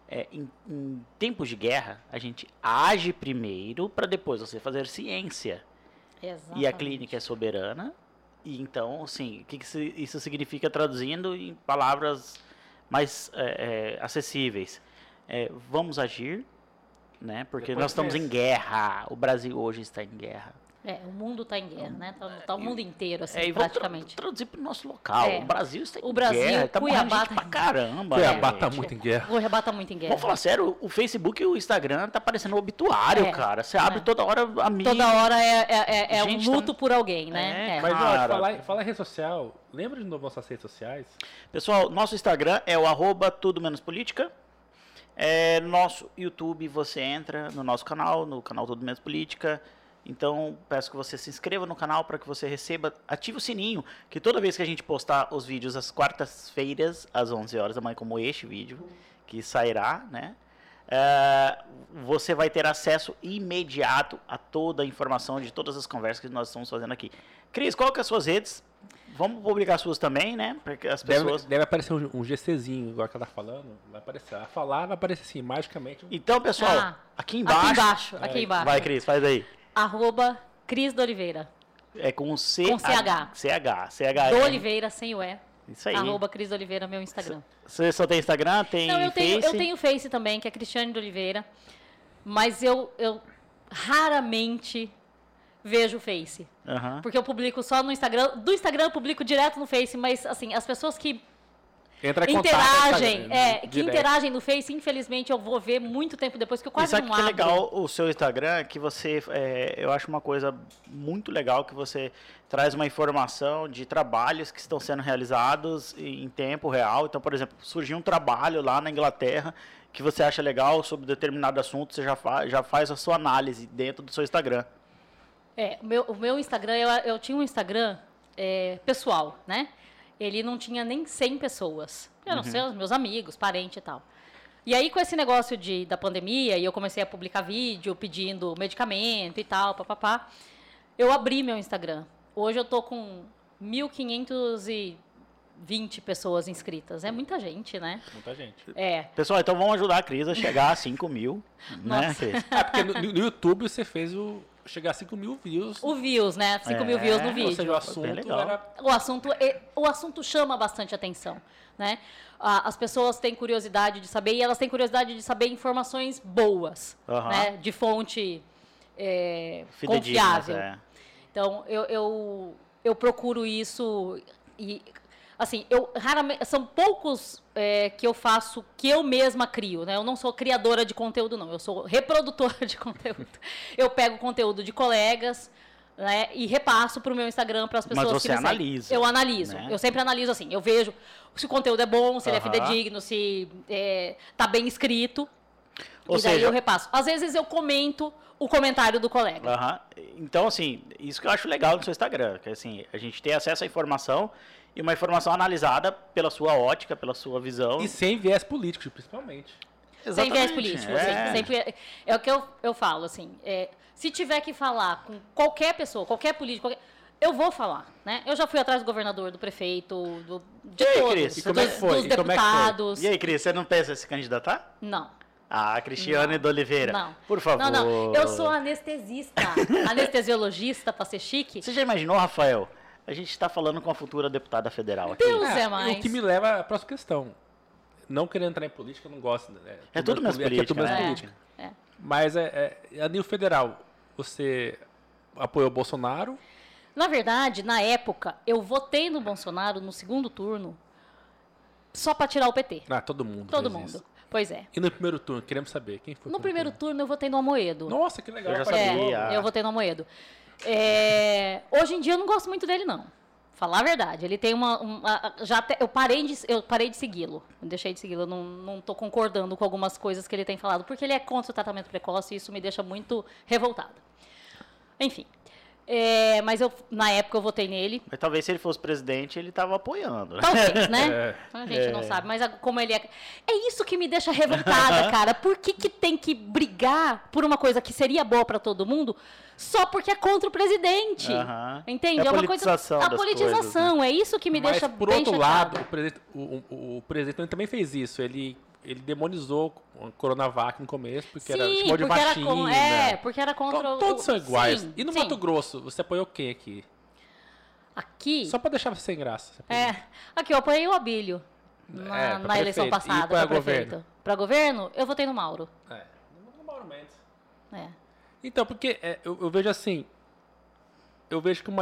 em tempos de guerra, a gente age primeiro para depois você fazer ciência. Exatamente. E a clínica é soberana. E então, assim, o que isso significa traduzindo em palavras mais acessíveis? Vamos agir, né? Porque Depois nós estamos em guerra. O Brasil hoje está em guerra. O mundo está em guerra, né? Tá o mundo inteiro, assim, E praticamente. vou traduzir para o nosso local. O Brasil está em Brasil, guerra. Está morrendo Cuiabá gente pra caramba. Cuiabá né, tá gente? muito em guerra. Cuiabá tá muito em guerra. Vamos falar sério, o Facebook e o Instagram tá parecendo um obituário, cara. Você abre toda hora a mídia. Toda hora é um Gente, luto por alguém, né? Mas, Cara. falar em rede social, lembra de novo nossas redes sociais? Pessoal, nosso Instagram é o @tudo menos política. Nosso YouTube, você entra no nosso canal, no canal Tudo Menos Política. Então, peço que você se inscreva no canal para que você receba, ative o sininho, que toda vez que a gente postar os vídeos às quartas-feiras, às 11 horas da manhã, como este vídeo, que sairá, né? Você vai ter acesso imediato a toda a informação de todas as conversas que nós estamos fazendo aqui. Cris, qual que é as suas redes? Vamos publicar as suas também, né? Porque as pessoas... Deve aparecer um GCzinho, igual que ela tá falando. Vai aparecer. A falar vai aparecer assim, magicamente. Então, pessoal, aqui embaixo... Aqui embaixo. Vai, Cris, faz aí. @Cris de Oliveira. É com C. Com CH. CH. Do Oliveira, sem o E. Isso aí. Cris de Oliveira, meu Instagram. Você só tem Instagram? Tem Não, eu Face? tenho Face também, que é Cristiane de Oliveira. Mas eu raramente vejo o Face. Uhum. Porque eu publico só no Instagram. Do Instagram eu publico direto no Face, mas assim, as pessoas que Entra em contato, que interagem no Face, infelizmente eu vou ver muito tempo depois, que eu quase E sabe não que é abro. legal o seu Instagram? Que você, eu acho uma coisa muito legal, que você traz uma informação de trabalhos que estão sendo realizados em tempo real. Então, por exemplo, surgiu um trabalho lá na Inglaterra que você acha legal sobre determinado assunto, você já faz a sua análise dentro do seu Instagram. O meu Instagram, eu tinha um Instagram pessoal, né? Ele não tinha nem 100 pessoas. Eu não sei, os meus amigos, parentes e tal. E aí, com esse negócio da pandemia, e eu comecei a publicar vídeo pedindo medicamento e tal, papapá, eu abri meu Instagram. Hoje eu tô com 1.520 pessoas inscritas. É muita gente, né? Muita gente. Pessoal, então vamos ajudar a Cris a chegar a 5 mil, né, Cris? Porque no YouTube você fez chegar a 5 mil views. O views, né? 5 mil views no vídeo. Ou seja, o assunto era... O assunto chama bastante atenção, né? As pessoas têm curiosidade de saber, e elas têm curiosidade de saber informações boas, né? De fonte confiável. Então, eu procuro isso e... Assim, raramente, são poucos que eu faço, que eu mesma crio, né? Eu não sou criadora de conteúdo, não. Eu sou reprodutora de conteúdo. Eu pego conteúdo de colegas, né? E repasso para o meu Instagram, para as pessoas que me seguem. Mas você analisa. Eu analiso. Né? Eu sempre analiso assim. Eu vejo se o conteúdo é bom, se ele é fidedigno, se tá bem escrito. E daí eu repasso. Às vezes eu comento o comentário do colega. Então, assim, isso que eu acho legal no seu Instagram. Que assim, a gente tem acesso à informação... E uma informação analisada pela sua ótica, pela sua visão. E sem viés político, principalmente. Sem viés político, sempre é o que eu falo, assim. Se tiver que falar com qualquer pessoa, qualquer político, eu vou falar, né? Eu já fui atrás do governador, do prefeito, de todos, Cris, dos deputados. E aí, Cris, você não pensa em se candidatar? Não. Cristiane de Oliveira. Não. Por favor. Não. Eu sou anestesista. Anestesiologista, pra ser chique. Você já imaginou, Rafael? a gente está falando com a futura deputada federal aqui. Deus é mais. O que me leva à próxima questão. Não querendo entrar em política, eu não gosto. Né? É tudo mais política. É tudo mais né? política. É. Mas a nível federal, você apoiou o Bolsonaro? Na verdade, na época, eu votei no Bolsonaro no segundo turno só para tirar o PT. Ah, todo mundo. Todo fez mundo. isso. Pois é. E no primeiro turno, queremos saber quem foi. No primeiro turno eu votei no Amoedo. Nossa, que legal. Eu já participou. sabia. Eu votei no Amoedo. Hoje em dia eu não gosto muito dele, não. Falar a verdade. Ele tem eu parei de segui-lo. Deixei de segui-lo. Eu não estou concordando com algumas coisas que ele tem falado, porque ele é contra o tratamento precoce e isso me deixa muito revoltada. Enfim. Mas na época eu votei nele. Mas talvez se ele fosse presidente, ele estava apoiando. Né? Talvez, né? A gente não sabe. Mas como ele é... É isso que me deixa revoltada, cara. Por que tem que brigar por uma coisa que seria boa para todo mundo só porque é contra o presidente? Entende? É a uma politização coisa... das A politização. coisas, né? É isso que me deixa Mas, por bem outro chateada. lado, o presidente também fez isso. Ele demonizou o Coronavac no começo, porque chamou de vacina. Porque era contra Todos são iguais. Sim, E no sim. Mato Grosso, você apoiou quem aqui? Aqui... Só pra deixar você sem graça. Você apoiou. Aqui eu apoiei o Abílio na pra eleição prefeito. passada E pra para prefeito. governo? Para governo, eu votei no Mauro. No Mauro Mendes. É. Então, porque eu vejo assim, eu vejo que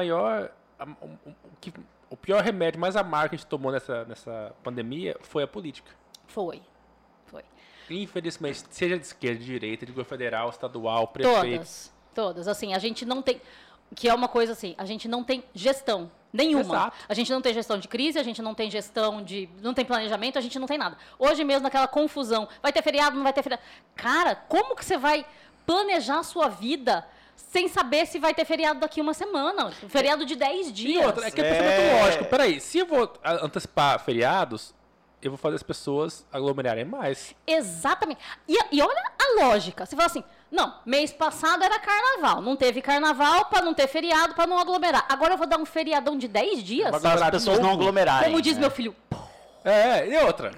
o pior remédio, mais amargo que a gente tomou nessa pandemia foi a política. Foi. Infelizmente, seja de esquerda, de direita, de governo federal, estadual, prefeito. Todas. Assim, a gente não tem... Que é uma coisa assim, a gente não tem gestão nenhuma. Exato. A gente não tem gestão de crise, a gente não tem gestão de... Não tem planejamento, a gente não tem nada. Hoje mesmo, naquela confusão, vai ter feriado, não vai ter feriado. Cara, como que você vai planejar a sua vida sem saber se vai ter feriado daqui uma semana? Feriado de 10 dias. E outra, é que é pensamento lógico. Peraí, se eu vou antecipar feriados, eu vou fazer as pessoas aglomerarem mais. Exatamente. E olha a lógica. Você fala assim, não, mês passado era carnaval. Não teve carnaval para não ter feriado, para não aglomerar. Agora eu vou dar um feriadão de 10 dias? Para as pessoas não aglomerarem. Como diz meu filho. E outra.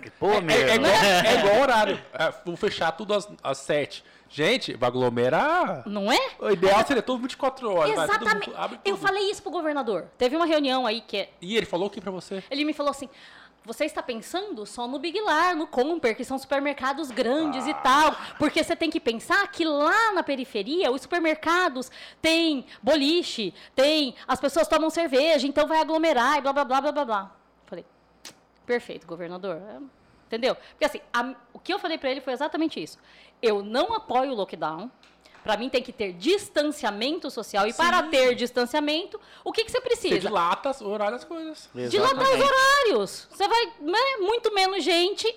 É igual horário. Vou fechar tudo às 7. Gente, vai aglomerar. Não é? O ideal seria tudo 24 horas. Exatamente. Abre tudo. Eu falei isso pro governador. Teve uma reunião aí que... E ele falou o que pra você? Ele me falou assim... Você está pensando só no Big Lar, no Comper, que são supermercados grandes e tal. Porque você tem que pensar que lá na periferia, os supermercados têm boliche, as pessoas tomam cerveja, então vai aglomerar e blá, blá, blá, blá, blá, blá. Falei, perfeito, governador. Entendeu? Porque assim, o que eu falei para ele foi exatamente isso. Eu não apoio o lockdown. Para mim tem que ter distanciamento social. E para ter distanciamento, o que você precisa? Você dilata o horário das coisas. Dilatar os horários. Você vai, né, muito menos gente.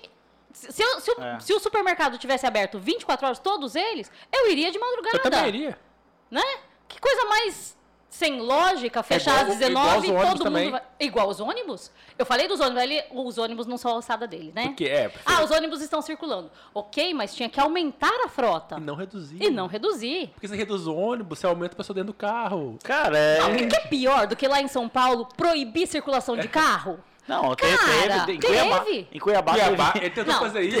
Se o supermercado tivesse aberto 24 horas, todos eles, eu iria de madrugada. Eu também iria. Né? Que coisa mais sem lógica, fechar às 19 e todo mundo vai... Igual os ônibus? Eu falei dos ônibus, os ônibus não são a alçada dele, né? Porque os ônibus estão circulando. Ok, mas tinha que aumentar a frota. E não reduzir. Porque você reduz o ônibus, você aumenta a pessoa dentro do carro. Cara, Não, o que é pior do que lá em São Paulo proibir circulação de carro? Não, Cara, teve. Em Cuiabá ele tentou fazer isso.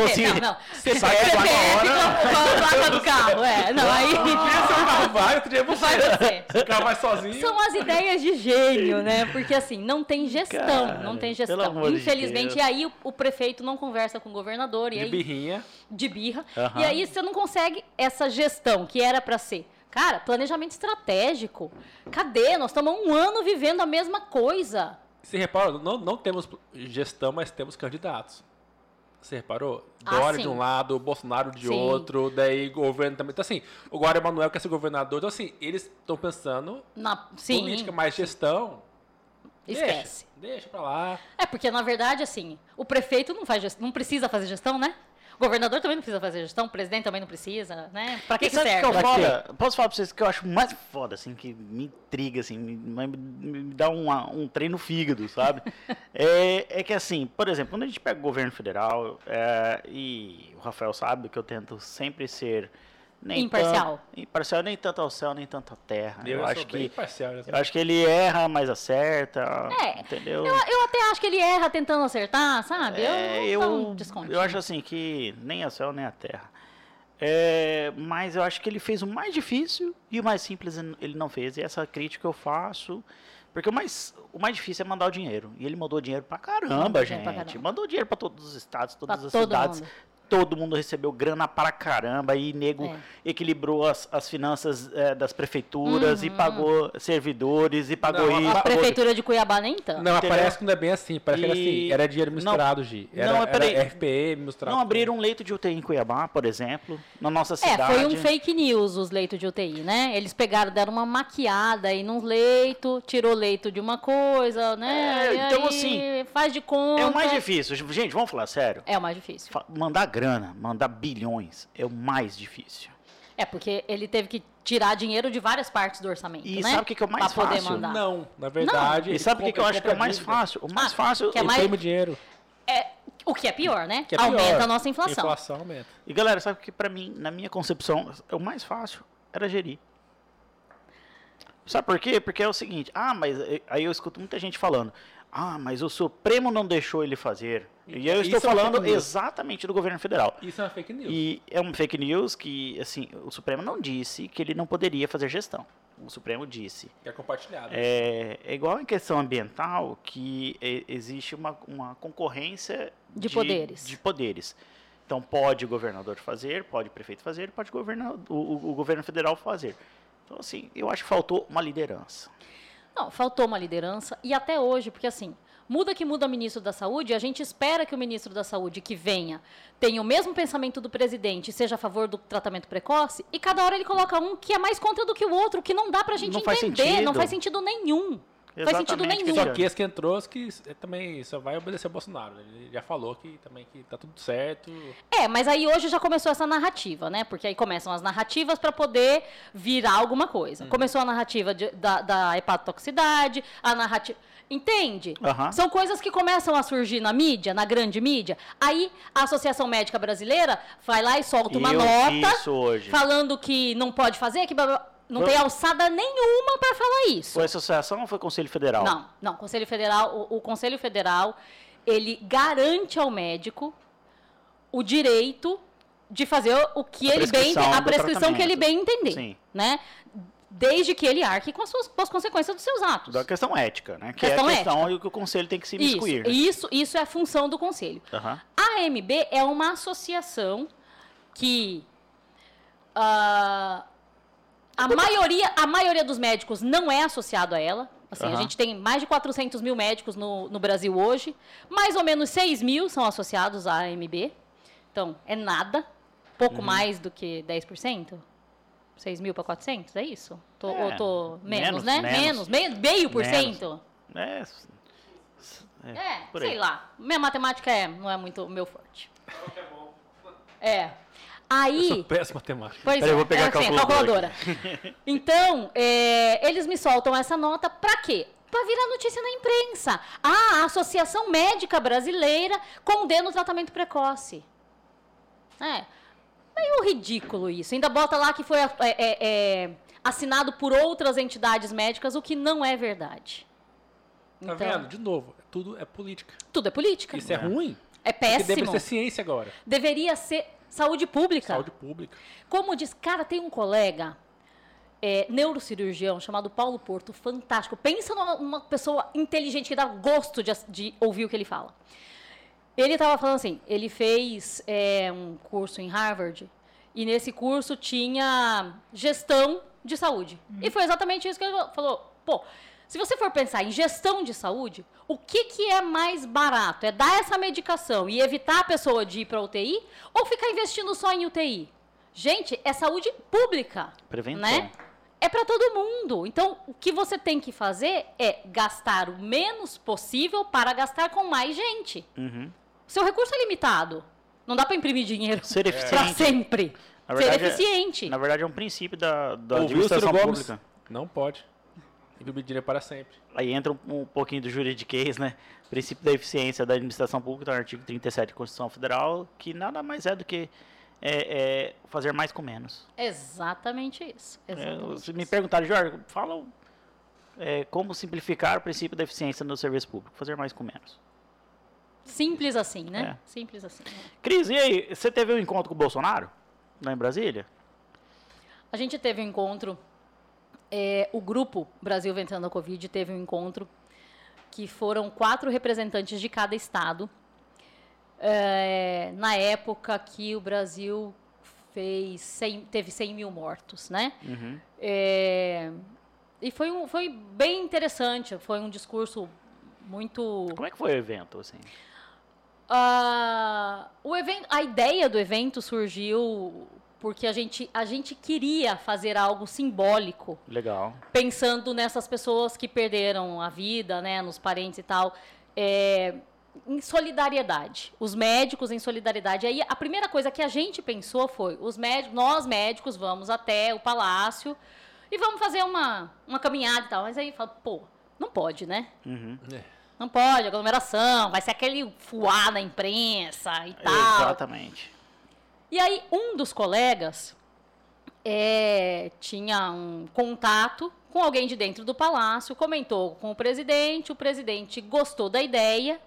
Você sai agora com a placa do carro, Não, aí... Seu carro vai, outro dia você. Vai você. O carro vai sozinho. São as ideias de gênio, né? Porque assim, não tem gestão, Cara, não tem pelo gestão. amor de Infelizmente, Deus. e aí o prefeito não conversa com o governador. E aí, birrinha. De birra. Uhum. E aí você não consegue essa gestão que era para ser. Cara, planejamento estratégico. Cadê? Nós estamos há um ano vivendo a mesma coisa. Você reparou, não temos gestão, mas temos candidatos. Você reparou? Dória de um lado, Bolsonaro de outro, daí governo também. Então, assim, o Guarda Emanuel quer ser governador. Então, assim, eles estão pensando política, mas gestão... Esquece. Deixa pra lá. Porque, na verdade, assim, o prefeito não precisa fazer gestão, né? O governador também não precisa fazer gestão, o presidente também não precisa, né? Pra que serve? Que é o foda? Posso falar pra vocês que eu acho mais foda, assim, que me intriga, assim, me dá um trem no fígado, sabe? é que, assim, por exemplo, quando a gente pega o governo federal, e o Rafael sabe que eu tento sempre ser... imparcial. Imparcial, nem tanto ao céu, nem tanto à terra. Eu acho que imparcial, eu acho que ele erra, mas acerta, entendeu? Eu até acho que ele erra tentando acertar, sabe? Eu acho assim que nem ao céu, nem à terra. Mas eu acho que ele fez o mais difícil e o mais simples ele não fez. E essa crítica eu faço, Porque o mais difícil é mandar o dinheiro. E ele mandou dinheiro pra caramba, Mandou gente. dinheiro pra caramba. Mandou dinheiro pra todos os estados, todas Pra as todo cidades. mundo. Todo mundo recebeu grana para caramba. E nego É. equilibrou as finanças das prefeituras e pagou servidores e pagou Não, isso. A pagou- prefeitura de Cuiabá nem tanto. Não, Entendeu? parece que não é bem assim. Parece que era assim. E- Era dinheiro misturado, Gi. Não, peraí. Era FPE misturado. Não com- abriram um leito de UTI em Cuiabá, por exemplo, na nossa É, cidade. foi um fake news os leitos de UTI, né? Eles pegaram, deram uma maquiada aí num leito, tirou leito de uma coisa, né? É, E então, aí assim, faz de conta. É o mais difícil. Gente, vamos falar sério. É o mais difícil. Mandar grana, mandar bilhões é o mais difícil. É, porque ele teve que tirar dinheiro de várias partes do orçamento, E né? sabe o que é o mais pra poder fácil? mandar. Não, na verdade. E ele sabe o que que eu compra- acho que é o compra mais dívida. fácil? O mais fácil. que é Ele mais- imprime dinheiro. É, o que é pior, né? Que é Aumenta pior. a nossa inflação. Inflação aumenta. E galera, sabe que pra mim, na minha concepção, o mais fácil era gerir. Sabe por quê? Porque é o seguinte, mas aí eu escuto muita gente falando, mas o Supremo não deixou ele fazer. E eu Isso estou é uma falando fake news. exatamente do governo federal. Isso é uma fake news. E é uma fake news que, assim, o Supremo não disse que ele não poderia fazer gestão. O Supremo disse. Que é compartilhado. É igual em questão ambiental, que existe uma concorrência De poderes. de poderes. Então, pode o governador fazer, pode o prefeito fazer, pode o governo federal fazer. Então, assim, eu acho que faltou uma liderança. Não, faltou uma liderança. E até hoje, porque assim, muda que muda o ministro da Saúde, a gente espera que o ministro da Saúde que venha tenha o mesmo pensamento do presidente, seja a favor do tratamento precoce, e cada hora ele coloca um que é mais contra do que o outro, que não dá pra gente Não faz entender, sentido. não faz sentido nenhum. Faz sentido Exatamente, nenhum. Só que esse que entrou, que também só vai obedecer o Bolsonaro. Ele já falou que também que tá tudo certo. É, mas aí hoje já começou essa narrativa, né? Porque aí começam as narrativas para poder virar alguma coisa. Começou a narrativa da hepatotoxicidade, a narrativa... Entende? Aham. São coisas que começam a surgir na mídia, na grande mídia. Aí a Associação Médica Brasileira vai lá e solta uma Eu nota vi isso hoje. falando que não pode fazer, que não tem alçada nenhuma para falar isso. Foi associação ou foi Conselho Federal? Não, Conselho Federal, o Conselho Federal, ele garante ao médico o direito de fazer o que ele bem a do prescrição que ele tratamento. bem entender, Sim. né? Desde que ele arque com as consequências dos seus atos. Da questão ética, né? Que Questão é a questão ética. e que o conselho tem que se imiscuir. né? Isso é a função do conselho. Aham. A AMB é uma associação que a maioria dos médicos não é associado a ela. Assim, a Aham. gente tem mais de 400 mil médicos no Brasil hoje. Mais ou menos 6 mil são associados à AMB. Então, é nada. Pouco mais do que 10%. 6 mil para 400, é isso? Ou tô menos, menos, né? menos. Meio por cento. É, por Sei aí. lá. Minha matemática não é muito o meu forte. Qual que é bom? É. Eu Aí... sou péssimo matemática. Pois Peraí, eu vou pegar a assim, calculadora Então, eles me soltam essa nota pra quê? Pra virar notícia na imprensa. A Associação Médica Brasileira condena o tratamento precoce. É meio ridículo isso. Ainda bota lá que foi assinado por outras entidades médicas, o que não é verdade. Tá vendo? De novo, tudo é política. Tudo é política. Isso é ruim? É Porque péssimo. deve ser ciência agora. Deveria ser saúde pública. Saúde pública. Como diz, cara, tem um colega neurocirurgião chamado Paulo Porto, fantástico. Pensa numa pessoa inteligente que dá gosto de ouvir o que ele fala. Ele estava falando assim, ele fez um curso em Harvard e nesse curso tinha gestão de saúde. E foi exatamente isso que ele falou. Pô, se você for pensar em gestão de saúde, o que é mais barato? É dar essa medicação e evitar a pessoa de ir para UTI ou ficar investindo só em UTI? Gente, é saúde pública. Prevenção. Né? É para todo mundo. Então, o que você tem que fazer é gastar o menos possível para gastar com mais gente. Uhum. O seu recurso é limitado. Não dá para imprimir dinheiro Ser para eficiente. sempre. Na Ser verdade, eficiente. Na verdade, é um princípio da Ouviu o Ciro administração Gomes? pública. Não pode. Tem que pedir para sempre. Aí entra um pouquinho do juridiquês, né? Princípio da eficiência da administração pública, no artigo 37 da Constituição Federal, que nada mais é do que fazer mais com menos. Exatamente isso. Exatamente Se me isso. perguntaram, Jorge, fala como simplificar o princípio da eficiência no serviço público. Fazer mais com menos. Simples assim, né? É. Simples assim. Né? Cris, e aí? Você teve um encontro com o Bolsonaro? Lá em Brasília? A gente teve um encontro o grupo Brasil Vencendo a Covid teve um encontro que foram 4 representantes de cada estado, na época que o Brasil teve 100 mil mortos, né? Uhum. E foi bem interessante, foi um discurso muito... Como é que foi o evento, assim? A ideia do evento surgiu porque a gente queria fazer algo simbólico. Legal. Pensando nessas pessoas que perderam a vida, né, nos parentes e tal, em solidariedade. Os médicos em solidariedade. Aí a primeira coisa que a gente pensou foi, nós médicos vamos até o palácio e vamos fazer uma caminhada e tal. Mas aí fala, não pode, né? Uhum. Não pode, aglomeração, vai ser aquele fuá na imprensa e tal. Exatamente. E aí, um dos colegas tinha um contato com alguém de dentro do palácio, comentou com o presidente gostou da ideia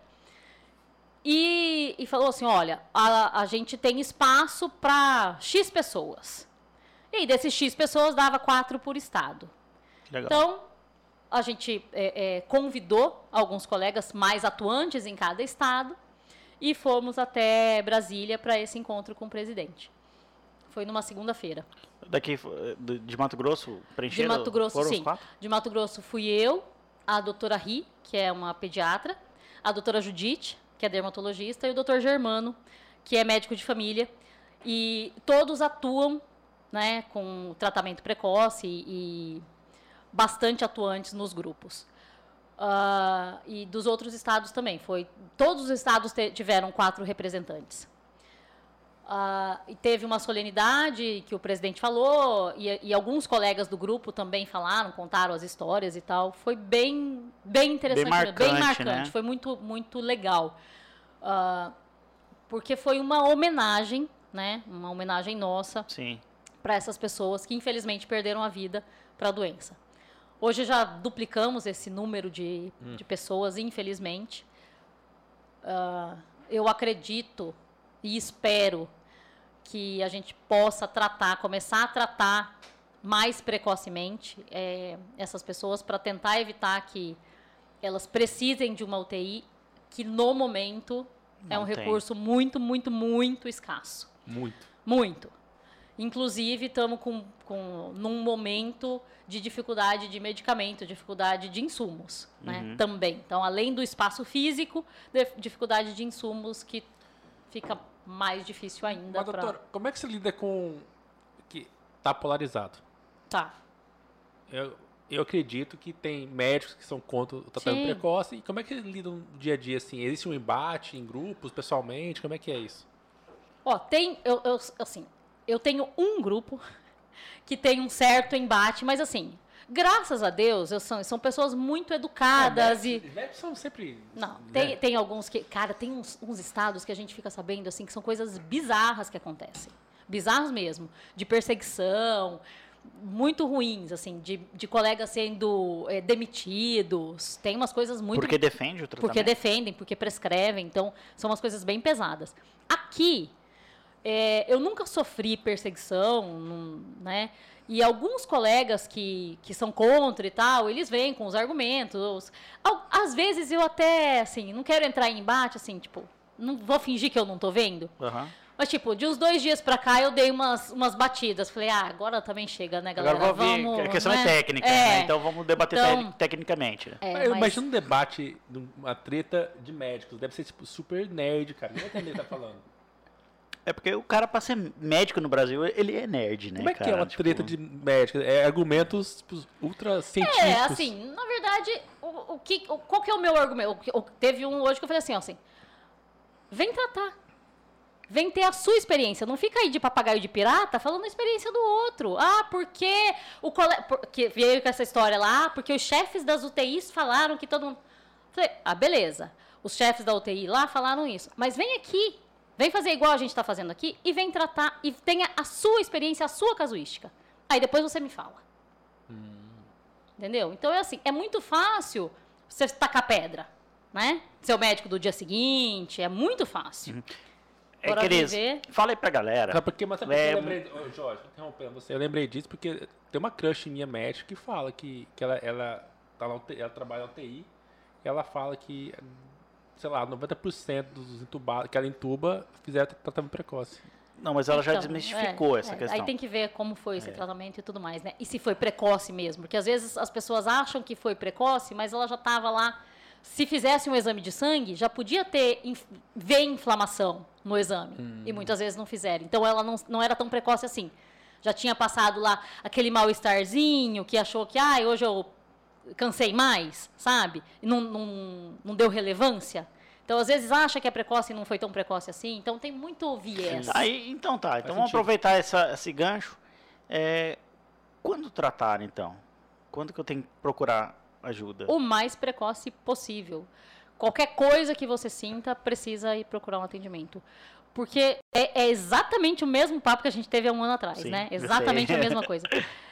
e falou assim, olha, a gente tem espaço para X pessoas. E aí, desses X pessoas, dava 4 por estado. Legal. Então, a gente convidou alguns colegas mais atuantes em cada estado e fomos até Brasília para esse encontro com o presidente. Foi numa segunda-feira. Daqui de Mato Grosso, preencheram? De Mato Grosso, foram sim. Os 4? De Mato Grosso fui eu, a doutora Ri, que é uma pediatra, a doutora Judite, que é dermatologista, e o doutor Germano, que é médico de família. E todos atuam, né, com tratamento precoce e bastante atuantes nos grupos. E dos outros estados também. Todos os estados tiveram 4 representantes. E teve uma solenidade que o presidente falou, e alguns colegas do grupo também falaram, contaram as histórias e tal. Foi bem interessante, bem marcante. Né? Foi muito, muito legal. Porque foi uma homenagem, né? Uma homenagem nossa para essas pessoas que, infelizmente, perderam a vida para a doença. Hoje já duplicamos esse número de pessoas, infelizmente. Eu acredito e espero que a gente possa começar a tratar mais precocemente essas pessoas para tentar evitar que elas precisem de uma UTI, que no momento é um recurso muito, muito, muito escasso. Muito. Inclusive, estamos num momento de dificuldade de medicamento, dificuldade de insumos, né? Também. Então, além do espaço físico, dificuldade de insumos que fica mais difícil ainda. Mas, doutora, como é que você lida com que está polarizado? Tá. Eu acredito que tem médicos que são contra o tratamento precoce. E como é que eles lidam no dia a dia, assim? Existe um embate em grupos, pessoalmente? Como é que é isso? Eu tenho um grupo que tem um certo embate, mas assim, graças a Deus, são pessoas muito educadas médicos são sempre... Não, tem alguns que... Cara, tem uns estados que a gente fica sabendo, assim, que são coisas bizarras que acontecem. Bizarras mesmo. De perseguição, muito ruins, assim, de colegas sendo demitidos. Tem umas coisas muito... Porque defende o tratamento. Porque defendem, porque prescrevem. Então, são umas coisas bem pesadas. Aqui... eu nunca sofri perseguição, né? E alguns colegas que são contra e tal, eles vêm com os argumentos. Às vezes eu até, assim, não quero entrar em embate, assim, tipo, não vou fingir que eu não tô vendo. Uhum. Mas, tipo, de uns 2 dias pra cá eu dei umas batidas. Falei, agora também chega, né, galera? Agora vamos, a questão é técnica, né? Então vamos debater tecnicamente. Né? Eu imagino um debate, uma treta de médicos. Deve ser, tipo, super nerd, cara. Não entendo o que ele tá falando. É porque o cara, pra ser médico no Brasil, ele é nerd, né? Como é que é uma treta de médico? Argumentos tipo, ultra científicos. Assim, na verdade, qual que é o meu argumento? Teve um hoje que eu falei assim, vem tratar. Vem ter a sua experiência. Não fica aí de papagaio de pirata falando a experiência do outro. Porque veio com essa história lá, porque os chefes das UTIs falaram que todo mundo... Falei, beleza. Os chefes da UTI lá falaram isso. Mas vem aqui. Vem fazer igual a gente está fazendo aqui e vem tratar e tenha a sua experiência, a sua casuística. Aí depois você me fala. Entendeu? Então, é muito fácil você tacar pedra, né? Ser o médico do dia seguinte, é muito fácil. Bora Cris, viver. fala aí pra galera. Sabe por quê? Mas sabe por que É, eu lembrei... Ô, Jorge, interrompendo você, eu lembrei disso porque tem uma crush minha médica que fala que ela trabalha na UTI e ela fala que, sei lá, 90% dos entubados que ela entuba fizeram tratamento precoce. Não, mas ela já Então, desmistificou essa questão. Aí tem que ver como foi esse tratamento e tudo mais, né? E se foi precoce mesmo. Porque às vezes as pessoas acham que foi precoce, mas ela já estava lá. Se fizesse um exame de sangue, já podia ver inflamação no exame. E muitas vezes não fizeram. Então ela não era tão precoce assim. Já tinha passado lá aquele mal-estarzinho que achou que hoje eu cansei mais, sabe? E não deu relevância. Então, às vezes, acha que é precoce e não foi tão precoce assim. Então, tem muito viés. Então tá. Então, vamos sentido. aproveitar esse gancho. Quando tratar, então? Quando que eu tenho que procurar ajuda? O mais precoce possível. Qualquer coisa que você sinta, precisa ir procurar um atendimento. Porque é exatamente o mesmo papo que a gente teve há um ano atrás, Sim, né? eu Exatamente sei. a mesma coisa.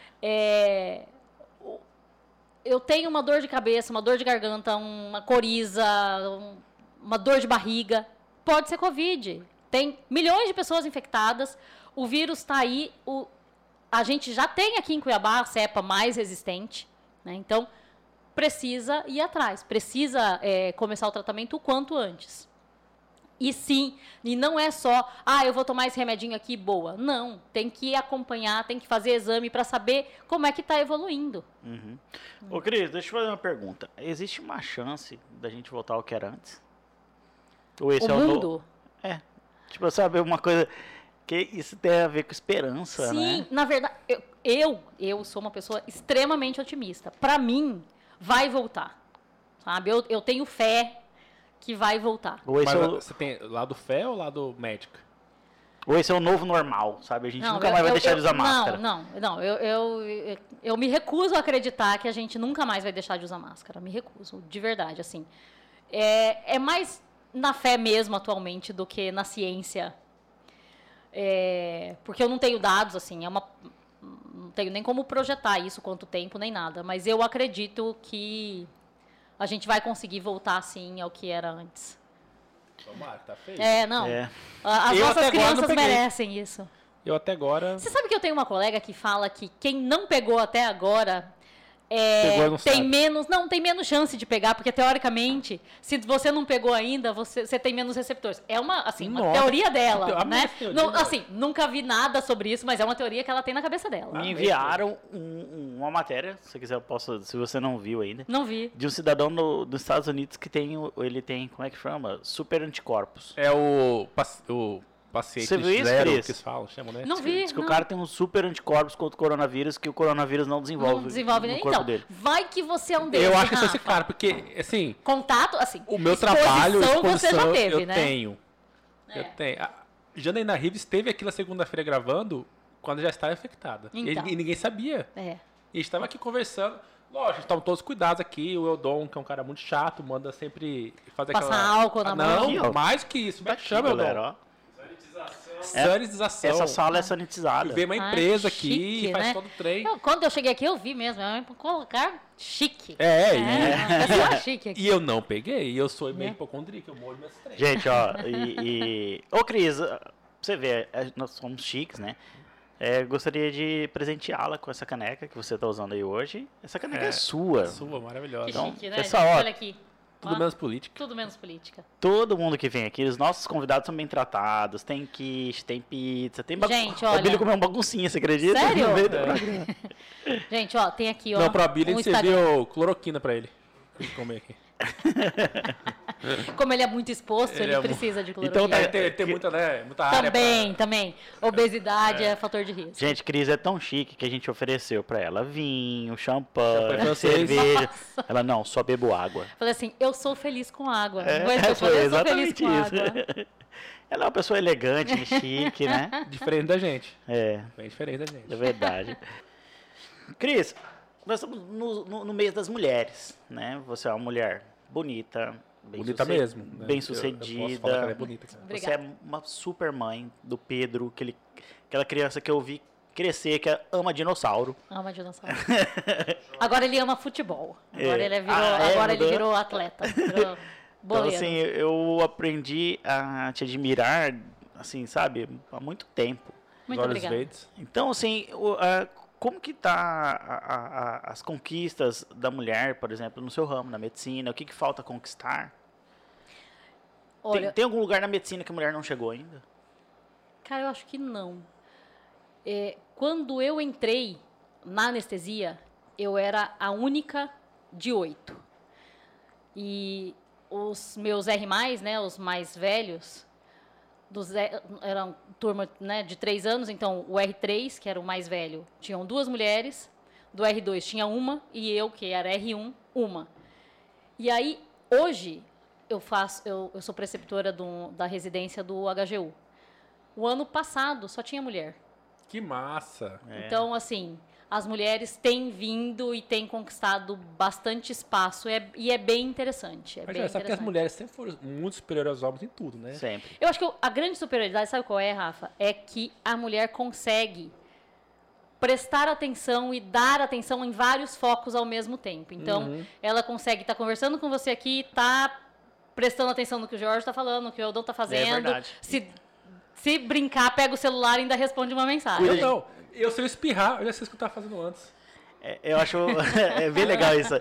Eu tenho uma dor de cabeça, uma dor de garganta, uma coriza, uma dor de barriga. Pode ser Covid. Tem milhões de pessoas infectadas. O vírus está aí. A gente já tem aqui em Cuiabá a cepa mais resistente, né? Então, precisa ir atrás. Precisa começar o tratamento o quanto antes. E sim, e não é só, eu vou tomar esse remedinho aqui, boa. Não, tem que acompanhar, tem que fazer exame para saber como é que está evoluindo. Uhum. Ô, Cris, deixa eu fazer uma pergunta. Existe uma chance da gente voltar ao que era antes? Ou esse O é mundo? Tipo, sabe, uma coisa que isso tem a ver com esperança, Sim, né? na verdade, eu sou uma pessoa extremamente otimista. Para mim, vai voltar, sabe? Eu tenho fé que vai voltar. Ou esse, Mas é o, você tem lado fé ou lado médico? ou esse é o novo normal, sabe? A gente nunca mais vai deixar de usar máscara. Não, eu me recuso a acreditar que a gente nunca mais vai deixar de usar máscara. Me recuso, de verdade, assim. É mais na fé mesmo atualmente do que na ciência. Porque eu não tenho dados, assim, não tenho nem como projetar isso, quanto tempo, nem nada. Mas eu acredito que a gente vai conseguir voltar, assim, ao que era antes. Tomara, tá feio. Não. Eu As até nossas agora não crianças peguei. merecem isso. Eu até agora... Você sabe que eu tenho uma colega que fala que quem não pegou até agora Pegou e não tem sabe. menos chance de pegar, porque teoricamente, se você não pegou ainda, você tem menos receptores. É uma Nossa, teoria dela, a né? minha teoria não. Assim, nunca vi nada sobre isso, mas é uma teoria que ela tem na cabeça dela. Me enviaram uma matéria, se você quiser eu posso, se você não viu ainda, Não vi. de um cidadão dos Estados Unidos que ele tem, como é que chama? Super anticorpos. É o paciente Você viu isso, zero Cris? que eles falam, chamam, né? Não vi. Diz que o não. cara tem um super anticorpos contra o coronavírus que o coronavírus não desenvolve, Não desenvolve no nem. corpo Então, dele. vai que você é um desses, Eu acho que eu sou esse Rafa. cara, porque, assim, Contato, assim, o meu exposição trabalho, você já teve, eu né? tenho. Eu tenho. A Janaína Rives esteve aqui na segunda-feira gravando quando já estava infectada. Então. E ninguém sabia. É. E a gente estava aqui conversando. Lógico, estavam todos cuidados aqui. O Eudon, que é um cara muito chato, manda sempre fazer Passar aquela... álcool na Não, mão. Aqui, ó. mais que isso. Como é que chama, galera, Eudon? ó. Sanitização. Essa sala é sanitizada. Vem uma empresa aqui chique, e faz né? todo o trem. Quando eu cheguei aqui, eu vi mesmo. É um lugar chique. É, uma pessoa chique aqui. e eu não peguei. E eu sou meio hipocondríaco, eu morro meus trem. Gente, ó, Ô, Cris, pra você ver, nós somos chiques, né? Gostaria de presenteá-la com essa caneca que você tá usando aí hoje. Essa caneca é sua. Sua, maravilhosa. Que Então, chique, né? pessoal, gente? ó, Olha aqui. Tudo Ó, menos política. Tudo menos política. Todo mundo que vem aqui, os nossos convidados são bem tratados. Tem quiche, tem pizza, tem Gente, O olha- Billy comeu uma baguncinha, você acredita? Sério? No meio do programa. Gente, ó, tem aqui, ó. Não, pra Billy um a gente Instagram. serviu cloroquina pra ele. Pra ele comer aqui. Como ele é muito exposto, ele, é precisa de Então, cloroquina. Tem muita, né? Muita área Também. Obesidade é fator de risco. Gente, Cris é tão chique que a gente ofereceu pra ela vinho, champanhe, Champanhe francês. cerveja. Nossa. Ela, não, só bebo água. Falei assim, eu sou feliz com água. É, Não eu foi sou feliz exatamente com isso. água. Ela é uma pessoa elegante, chique, né? pra... Diferente da gente. É, Bem diferente da gente. é verdade. Cris, nós estamos no mês das mulheres, né? Você é uma mulher bonita, Bonita mesmo. né? bem Eu posso sucedida. falar que ela é bonita. cara. Você é uma super mãe do Pedro, aquela criança que eu vi crescer, que ama dinossauro. Ama dinossauro. Agora ele ama futebol. Agora, É. ele, Mudou? virou atleta. Virou Então, boleiro. assim, eu aprendi a te admirar assim, sabe, há muito tempo. Muito Os olhos obrigada. verdes. Então, assim, como que tá as conquistas da mulher, por exemplo, no seu ramo, na medicina? O que falta conquistar? Olha, Tem algum lugar na medicina que a mulher não chegou ainda? cara, eu acho que não. Quando eu entrei na anestesia, eu era a única de 8. E os meus R+, né, os mais velhos, eram turma, né, de 3 anos, então o R3, que era o mais velho, tinham 2 mulheres, do R2 tinha uma, e eu, que era R1, uma. E aí, hoje, eu sou preceptora da residência do HGU. O ano passado só tinha mulher. Que massa. Então, assim, as mulheres têm vindo e têm conquistado bastante espaço e é bem interessante. Mas sabe que as mulheres sempre foram muito superiores aos homens em tudo, né? Sempre. Eu acho que a grande superioridade, sabe qual é, Rafa? É que a mulher consegue prestar atenção e dar atenção em vários focos ao mesmo tempo. Então, ela consegue estar conversando com você aqui, tá prestando atenção no que o Jorge está falando, no que o Eldon está fazendo. verdade. Se brincar, pega o celular e ainda responde uma mensagem. Eu não. Eu, se eu espirrar, eu já sei o que eu tava fazendo antes. Eu acho bem legal isso.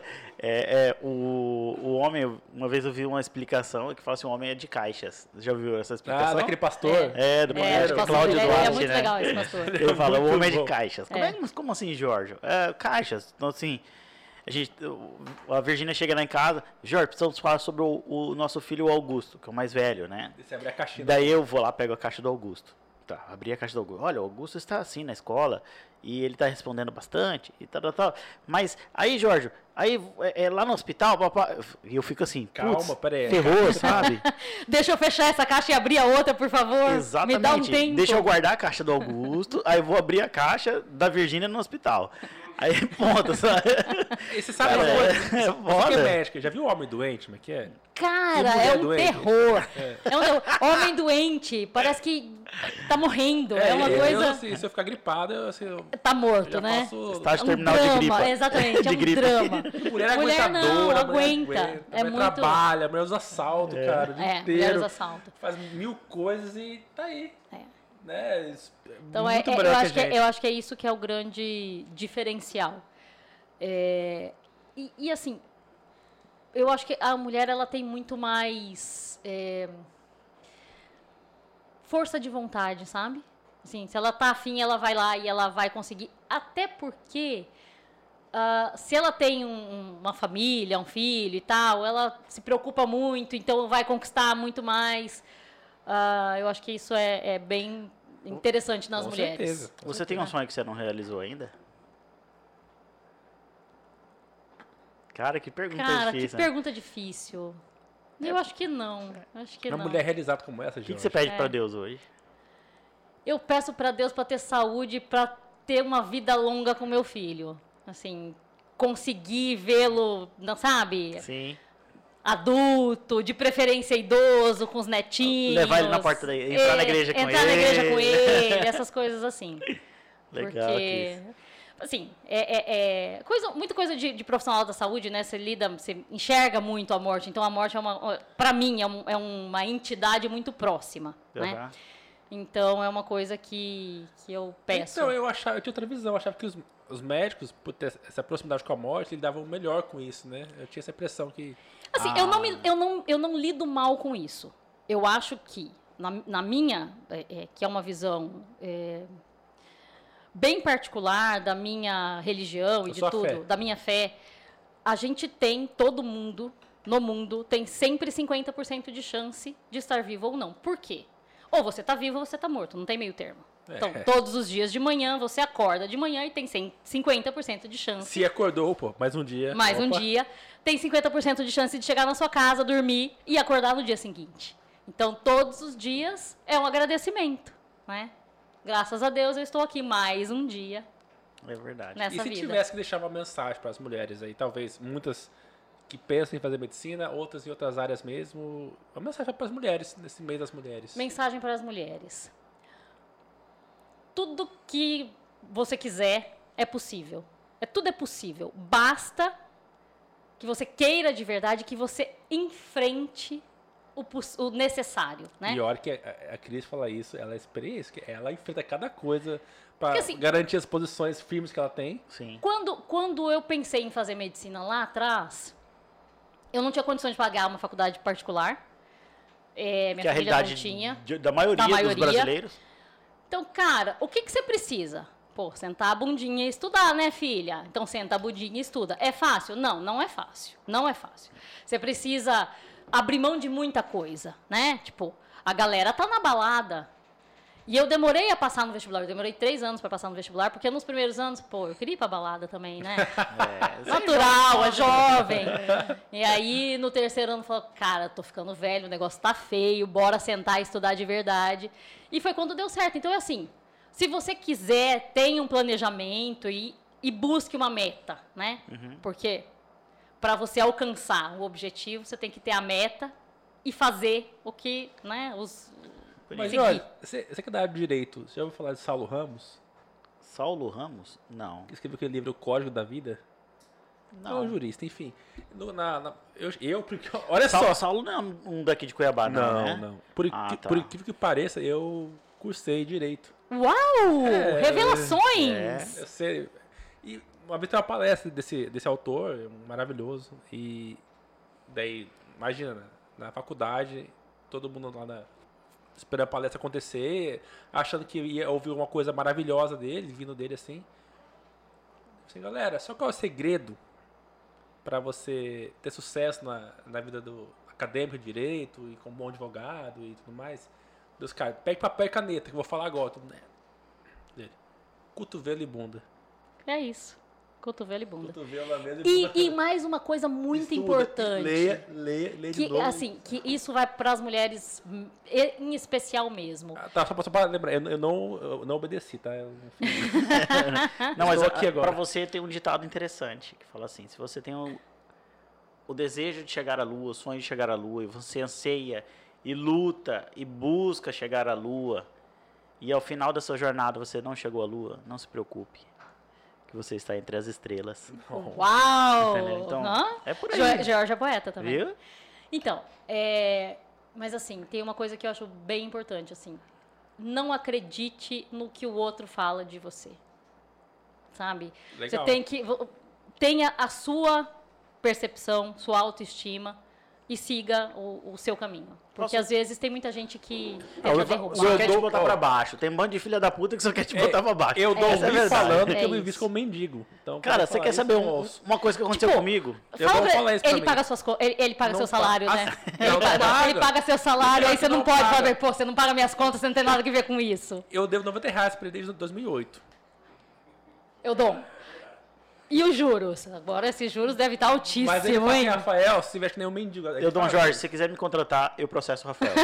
O homem, uma vez eu vi uma explicação que fala assim, o homem é de caixas. Já ouviu essa explicação? Daquele pastor. Do acho que Cláudio ele Duarte, é muito né? legal esse pastor. Ele fala, o muito homem é de bom. caixas. Mas como assim, Jorge? Caixas. Então, assim, a Virgínia chega lá em casa, Jorge, precisamos falar sobre o nosso filho Augusto, que é o mais velho, né? Você abre a caixinha. Daí eu vou lá, pego a caixa do Augusto. Tá, abri a caixa do Augusto. Olha, o Augusto está assim na escola e ele está respondendo bastante e tal. Mas aí, Jorge, aí lá no hospital, papai, e eu fico assim, Calma, putz, peraí. ferrou, sabe? Deixa eu fechar essa caixa e abrir a outra, por favor. Exatamente. Me dá um tempo. Deixa eu guardar a caixa do Augusto, aí eu vou abrir a caixa da Virgínia no hospital. Aí, ponto, sabe? E você sabe Cara, uma coisa? é Você que é foda. médica, já viu o homem doente, como é que é? Cara, mulher é um doente. terror. É um terror. Homem doente, parece que tá morrendo. É uma eu, coisa... assim, se eu ficar gripado, eu Tá morto, já né? faço... Estágio É um terminal de drama, gripe. exatamente, é De um gripe. drama. Mulher Mulher aguentadora, não, mulher aguenta. aguenta, É mulher muito... trabalha, mulher usa salto, cara, o dia mulher inteiro. usa salto. Faz 1000 coisas e tá aí. É. Né? Então, muito eu, melhor acho que a gente. eu acho que é isso que é o grande diferencial. E assim, eu acho que a mulher ela tem muito mais força de vontade, sabe? Assim, se ela tá afim, ela vai lá e ela vai conseguir. Até porque, se ela tem uma família, um filho e tal, ela se preocupa muito, então vai conquistar muito mais. Eu acho que isso é bem interessante nas Com mulheres. certeza. Você tem um sonho que você não realizou ainda? Cara, que pergunta Cara, difícil. que né? pergunta difícil. Eu acho que não. Acho que Uma não. mulher realizada como essa, O que Jorge. você pede pra Deus hoje? Eu peço pra Deus pra ter saúde, pra ter uma vida longa com meu filho. Assim, conseguir vê-lo, não sabe? Sim. Adulto, de preferência idoso, com os netinhos. Levar ele na porta da entrar na igreja com entrar na ele. igreja com ele, essas coisas assim. Legal, Porque, assim, muita coisa de profissional da saúde, né? Você enxerga muito a morte. Então, a morte para mim, é uma entidade muito próxima, né? Aham. Então, é uma coisa que eu peço. Então, eu tinha outra visão. Eu achava que os médicos, por ter essa proximidade com a morte, lidavam melhor com isso, né? Eu tinha essa impressão que... Assim, eu não lido mal com isso. Eu acho que, na minha, que é uma visão bem particular da minha religião e Da de sua tudo, fé. da minha fé, a gente tem, todo mundo no mundo, tem sempre 50% de chance de estar vivo ou não. Por quê? Ou você está vivo ou você está morto, não tem meio termo. Então, todos os dias de manhã, você acorda de manhã e tem 50% de chance. Se acordou, pô, mais um dia. Mais um Opa. dia, tem 50% de chance de chegar na sua casa, dormir e acordar no dia seguinte. Então, todos os dias é um agradecimento, né? Graças a Deus eu estou aqui mais um dia É verdade. nessa E se vida. tivesse que deixar uma mensagem para as mulheres aí, talvez muitas que pensam em fazer medicina, outras em outras áreas mesmo, uma mensagem para as mulheres, nesse mês das mulheres. Mensagem para as mulheres. Tudo que você quiser é possível. Tudo é possível. Basta que você queira de verdade, que você enfrente o necessário, né? E a hora que a Cris fala isso, ela é experiência, que ela enfrenta cada coisa para Porque, assim, garantir as posições firmes que ela tem. Sim. Quando eu pensei em fazer medicina lá atrás, eu não tinha condições de pagar uma faculdade particular. Minha Que é a família realidade não tinha. da maioria dos brasileiros. Então, cara, o que você precisa? Pô, sentar a bundinha e estudar, né, filha? Então, senta a bundinha e estuda. É fácil? Não, não é fácil. Não é fácil. Você precisa abrir mão de muita coisa, né? Tipo, a galera tá na balada. E eu demorei a passar no vestibular. Eu demorei 3 anos para passar no vestibular, porque nos primeiros anos, pô, eu queria ir pra balada também, né? Natural, é jovem. E aí, no terceiro ano, falou, cara, tô ficando velho, o negócio tá feio, bora sentar e estudar de verdade. E foi quando deu certo. Então, é assim, se você quiser, tenha um planejamento e busque uma meta, né? Porque para você alcançar o objetivo, você tem que ter a meta e fazer o que, né, Mas seguir. olha, você que é da área de direito, você já ouviu falar de Saulo Ramos? Saulo Ramos? Não. Que escreveu aquele livro O Código da Vida? Não, é um jurista, enfim. Porque, olha só. Saulo não é um daqui de Cuiabá, não, né? Não. Tá. Por incrível que pareça, eu cursei direito. Uau! Revelações! Eu sei. E uma vez tem uma palestra desse autor, maravilhoso. E daí, imagina, na faculdade, todo mundo lá esperando a palestra acontecer, achando que ia ouvir uma coisa maravilhosa dele, vindo dele assim. Assim, galera, só qual é o segredo para você ter sucesso na vida do acadêmico de direito e como bom advogado e tudo mais? Deus, cara, pegue papel e caneta, que eu vou falar agora. Tudo, né? Dele. Cotovelo e bunda. É isso. Cotovelo e bunda. Cotovelo na mesa e bunda. E mais uma coisa muito importante. Leia de que, novo. assim, que isso vai para as mulheres em especial mesmo. Tá, só para lembrar, eu não obedeci, tá? Não, mas aqui agora. Para você tem um ditado interessante, que fala assim, se você tem o desejo de chegar à lua, o sonho de chegar à lua, e você anseia e luta e busca chegar à lua, e ao final da sua jornada você não chegou à lua, não se preocupe, que você está entre as estrelas. Uau! Entendeu? Então, é por aí. George é poeta também. Viu? Então, mas assim, tem uma coisa que eu acho bem importante, assim. Não acredite no que o outro fala de você. Sabe? Legal. Você tem que... Tenha a sua percepção, sua autoestima e siga o seu caminho. Porque às vezes tem muita gente que tenta derrubar. Só quer te botar pra baixo. Tem um bando de filha da puta que só quer te botar pra baixo. Eu dou falando que eu me isso. visto como mendigo. Então, cara, você quer saber uma coisa que aconteceu comigo? Ele paga suas coisas, ele paga seu salário, né? Ele paga seu salário, aí você não pode falar, pô, você não paga minhas contas, você não tem nada a ver com isso. Eu devo R$90 pra ele desde 2008. Eu dou. E os juros? Agora esses juros devem estar altíssimos, Mas ele fala assim, hein? Rafael, se tiver que nem um mendigo... Eu, Dom Jorge, se você quiser me contratar, eu processo o Rafael.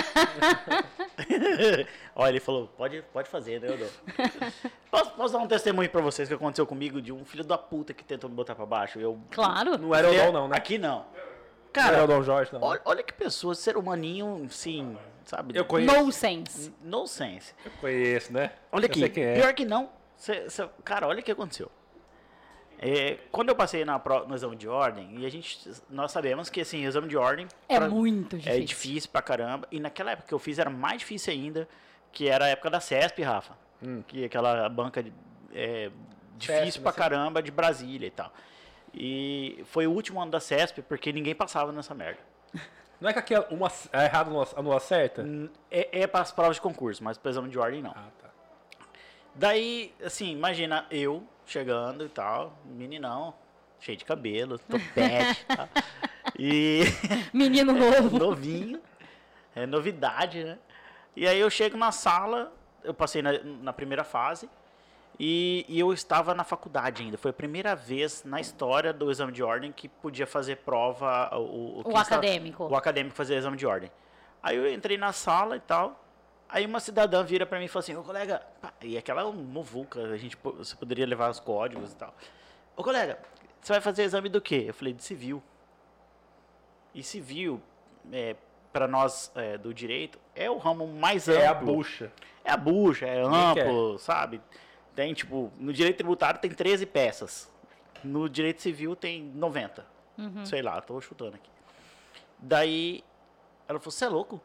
Olha, ele falou, pode fazer, né, eu dou. Posso dar um testemunho pra vocês que aconteceu comigo de um filho da puta que tentou me botar pra baixo? Claro. Não era o Dom, não, né? Aqui não. Cara, não era o Dom Jorge, não. Olha que pessoa, ser humaninho, sim, sabe? Eu conheço. No sense. No sense. Eu conheço, né? Olha Eu aqui, sei quem é. pior que não. Cara, olha o que aconteceu. Quando eu passei no exame de ordem, e nós sabemos que assim, o exame de ordem Muito difícil. é difícil pra caramba. E naquela época que eu fiz era mais difícil ainda, que era a época da CESP, Rafa. Que é aquela banca difícil CESP, pra caramba de Brasília e tal. E foi o último ano da CESP, porque ninguém passava nessa merda. Não é que aqui uma é errado, anula certa? É para as provas de concurso, mas para o exame de ordem não. Ah, tá. Daí, assim, imagina eu chegando e tal, meninão, cheio de cabelo, topete e tal. E... Menino novo. Novinho, novidade, né? E aí eu chego na sala, eu passei na primeira fase e eu estava na faculdade ainda. Foi a primeira vez na história do exame de ordem que podia fazer prova... O acadêmico. O acadêmico fazer exame de ordem. Aí eu entrei na sala e tal. Aí uma cidadã vira pra mim e fala assim, ô colega, e aquela muvuca, você poderia levar os códigos e tal. Ô colega, você vai fazer exame do quê? Eu falei, de civil. E civil, pra nós do direito, é o ramo mais amplo. É a bucha. É a bucha, é amplo, sabe? Tem, tipo, no direito tributário tem 13 peças. No direito civil tem 90. Sei lá, tô chutando aqui. Daí... Ela falou, você é louco?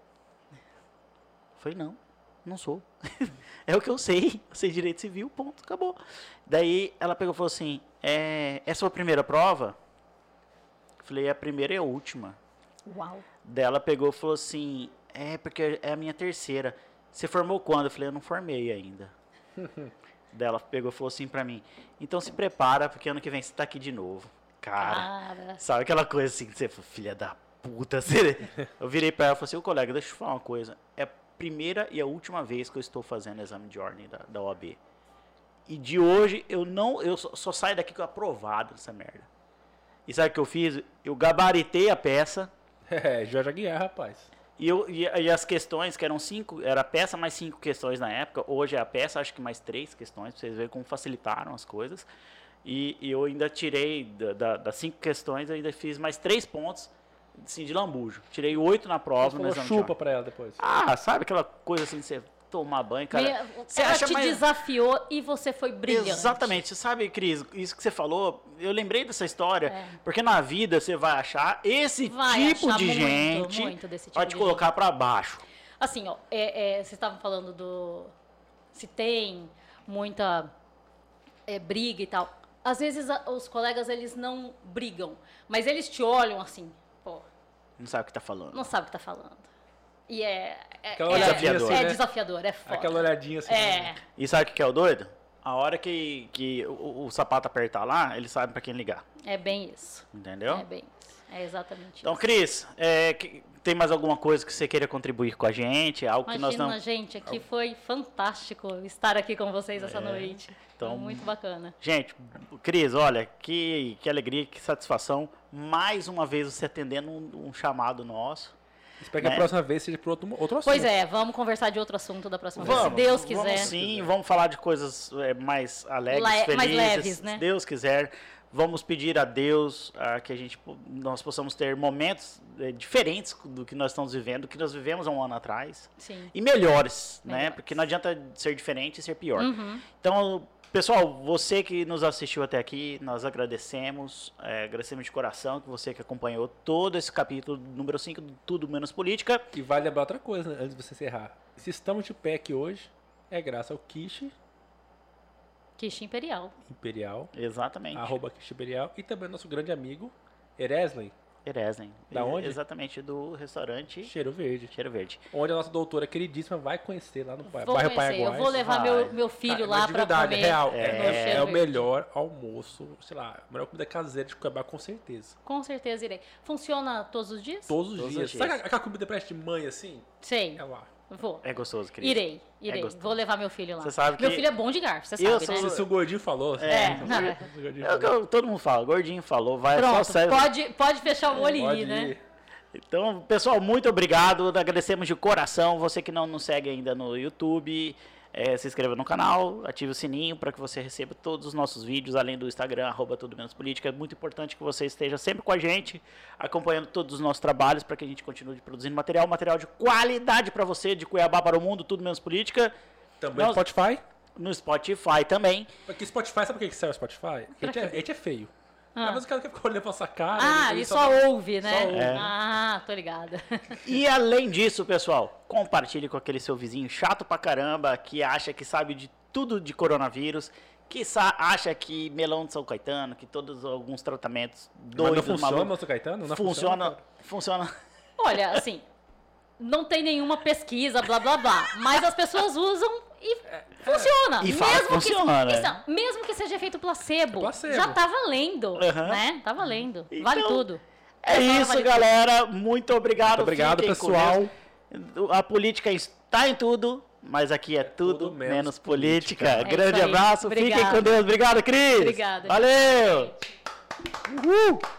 Eu falei, não sou. É o que eu sei direito civil, ponto, acabou. Daí ela pegou e falou assim, é a sua primeira prova? Eu falei, é a primeira e a última. Uau. Daí ela pegou e falou assim, porque é a minha terceira. Você formou quando? Eu falei, eu não formei ainda. Daí ela pegou e falou assim pra mim, então se prepara, porque ano que vem você tá aqui de novo. Cara, sabe aquela coisa assim, que você falou, filha da puta. Eu virei pra ela e falei assim, ô colega, deixa eu te falar uma coisa. É a primeira e a última vez que eu estou fazendo exame de ordem da OAB. E de hoje, eu só saio daqui com aprovado nessa merda. E sabe o que eu fiz? Eu gabaritei a peça. Jorge Aguiar, rapaz. E as questões, que eram 5, era a peça mais 5 questões na época, hoje é a peça, acho que mais 3 questões, pra vocês verem como facilitaram as coisas. E eu ainda tirei, das 5 questões, eu ainda fiz mais 3 pontos, assim, de lambujo. Tirei 8 na prova. Você falou chupa pra ela depois. Sabe aquela coisa assim, de você tomar banho, cara? Ela te desafiou e você foi brilhante. Exatamente. Você sabe, Cris, isso que você falou, eu lembrei dessa história, porque na vida você vai achar esse tipo de gente, muito desse tipo pode de colocar gente pra baixo. Assim, ó, vocês estavam falando se tem muita briga e tal. Às vezes os colegas, eles não brigam, mas eles te olham assim, pô. Não sabe o que tá falando. Não sabe o que tá falando. E desafiador. É desafiador, é foda. Aquela olhadinha assim. E sabe o que é o doido? A hora que o sapato apertar lá, ele sabe pra quem ligar. É bem isso. Entendeu? É bem isso. É exatamente então, isso. Cris, tem mais alguma coisa que você queira contribuir com a gente? Algo que nós não... gente, aqui foi fantástico estar aqui com vocês essa noite. Então, muito bacana. Gente, Cris, olha, que alegria, que satisfação. Mais uma vez você atendendo um chamado nosso. Espero que a próxima vez seja para outro assunto. Pois é, vamos conversar de outro assunto da próxima vez, se Deus quiser. Vamos sim, vamos falar de coisas mais alegres, felizes, mais leves, né? Se Deus quiser. Vamos pedir a Deus que nós possamos ter momentos diferentes do que nós estamos vivendo, do que nós vivemos há um ano atrás. Sim. E melhores, né? Porque não adianta ser diferente e ser pior. Uhum. Então, pessoal, você que nos assistiu até aqui, nós agradecemos. Agradecemos de coração que você que acompanhou todo esse capítulo número 5 do Tudo Menos Política. E vale lembrar outra coisa, né, antes de você encerrar. Se estamos de pé aqui hoje, é graças ao Quiche Imperial. Exatamente. @Quiche Imperial. E também nosso grande amigo, Eresley. Da onde? Exatamente, do restaurante Cheiro Verde. Onde a nossa doutora queridíssima vai conhecer lá no bairro Paraguai. Eu vou levar meu filho lá para comer. Real, no é Cheiro o Verde. melhor almoço, sei lá, a melhor comida caseira de Cuiabá, com certeza. Com certeza irei. Funciona todos os dias? Todos os dias. Sabe aquela comida presta de mãe assim? Sei. É lá. Vou. É gostoso, Cris. Irei. Vou levar meu filho lá. Você sabe que... Meu filho é bom de garfo, você sabe, né? Se o gordinho falou. Todo mundo fala, gordinho falou, vai. Pronto, só pode fechar o olho e ir, né? Então, pessoal, muito obrigado. Agradecemos de coração. Você que não nos segue ainda no YouTube, se inscreva no canal, ative o sininho para que você receba todos os nossos vídeos, além do Instagram, @tudomenospolitica. É muito importante que você esteja sempre com a gente, acompanhando todos os nossos trabalhos, para que a gente continue produzindo material de qualidade para você, de Cuiabá para o mundo, Tudo Menos Política. Também no Spotify? No Spotify também. Porque Spotify, sabe por que serve o Spotify? A gente é feio. Mas o cara quer ficar olhando pra sua cara. Ele só ouve, né? Tô ligada. E além disso, pessoal, compartilhe com aquele seu vizinho chato pra caramba, que acha que sabe de tudo de coronavírus, que acha que melão de São Caetano, que alguns tratamentos doidos, mas não funciona, São Caetano? Não funciona. Olha, assim, não tem nenhuma pesquisa, blá, blá, blá, mas as pessoas usam e funciona. E fala que funciona. Mesmo que seja efeito placebo, placebo. já tá valendo, né? Tá valendo. Então, vale tudo. É isso, galera. Muito obrigado. Muito obrigado, pessoal. A política está em tudo, mas aqui é tudo menos política. Grande abraço. Obrigada. Fiquem com Deus. Obrigado, Cris. Obrigada. Valeu. Uhul.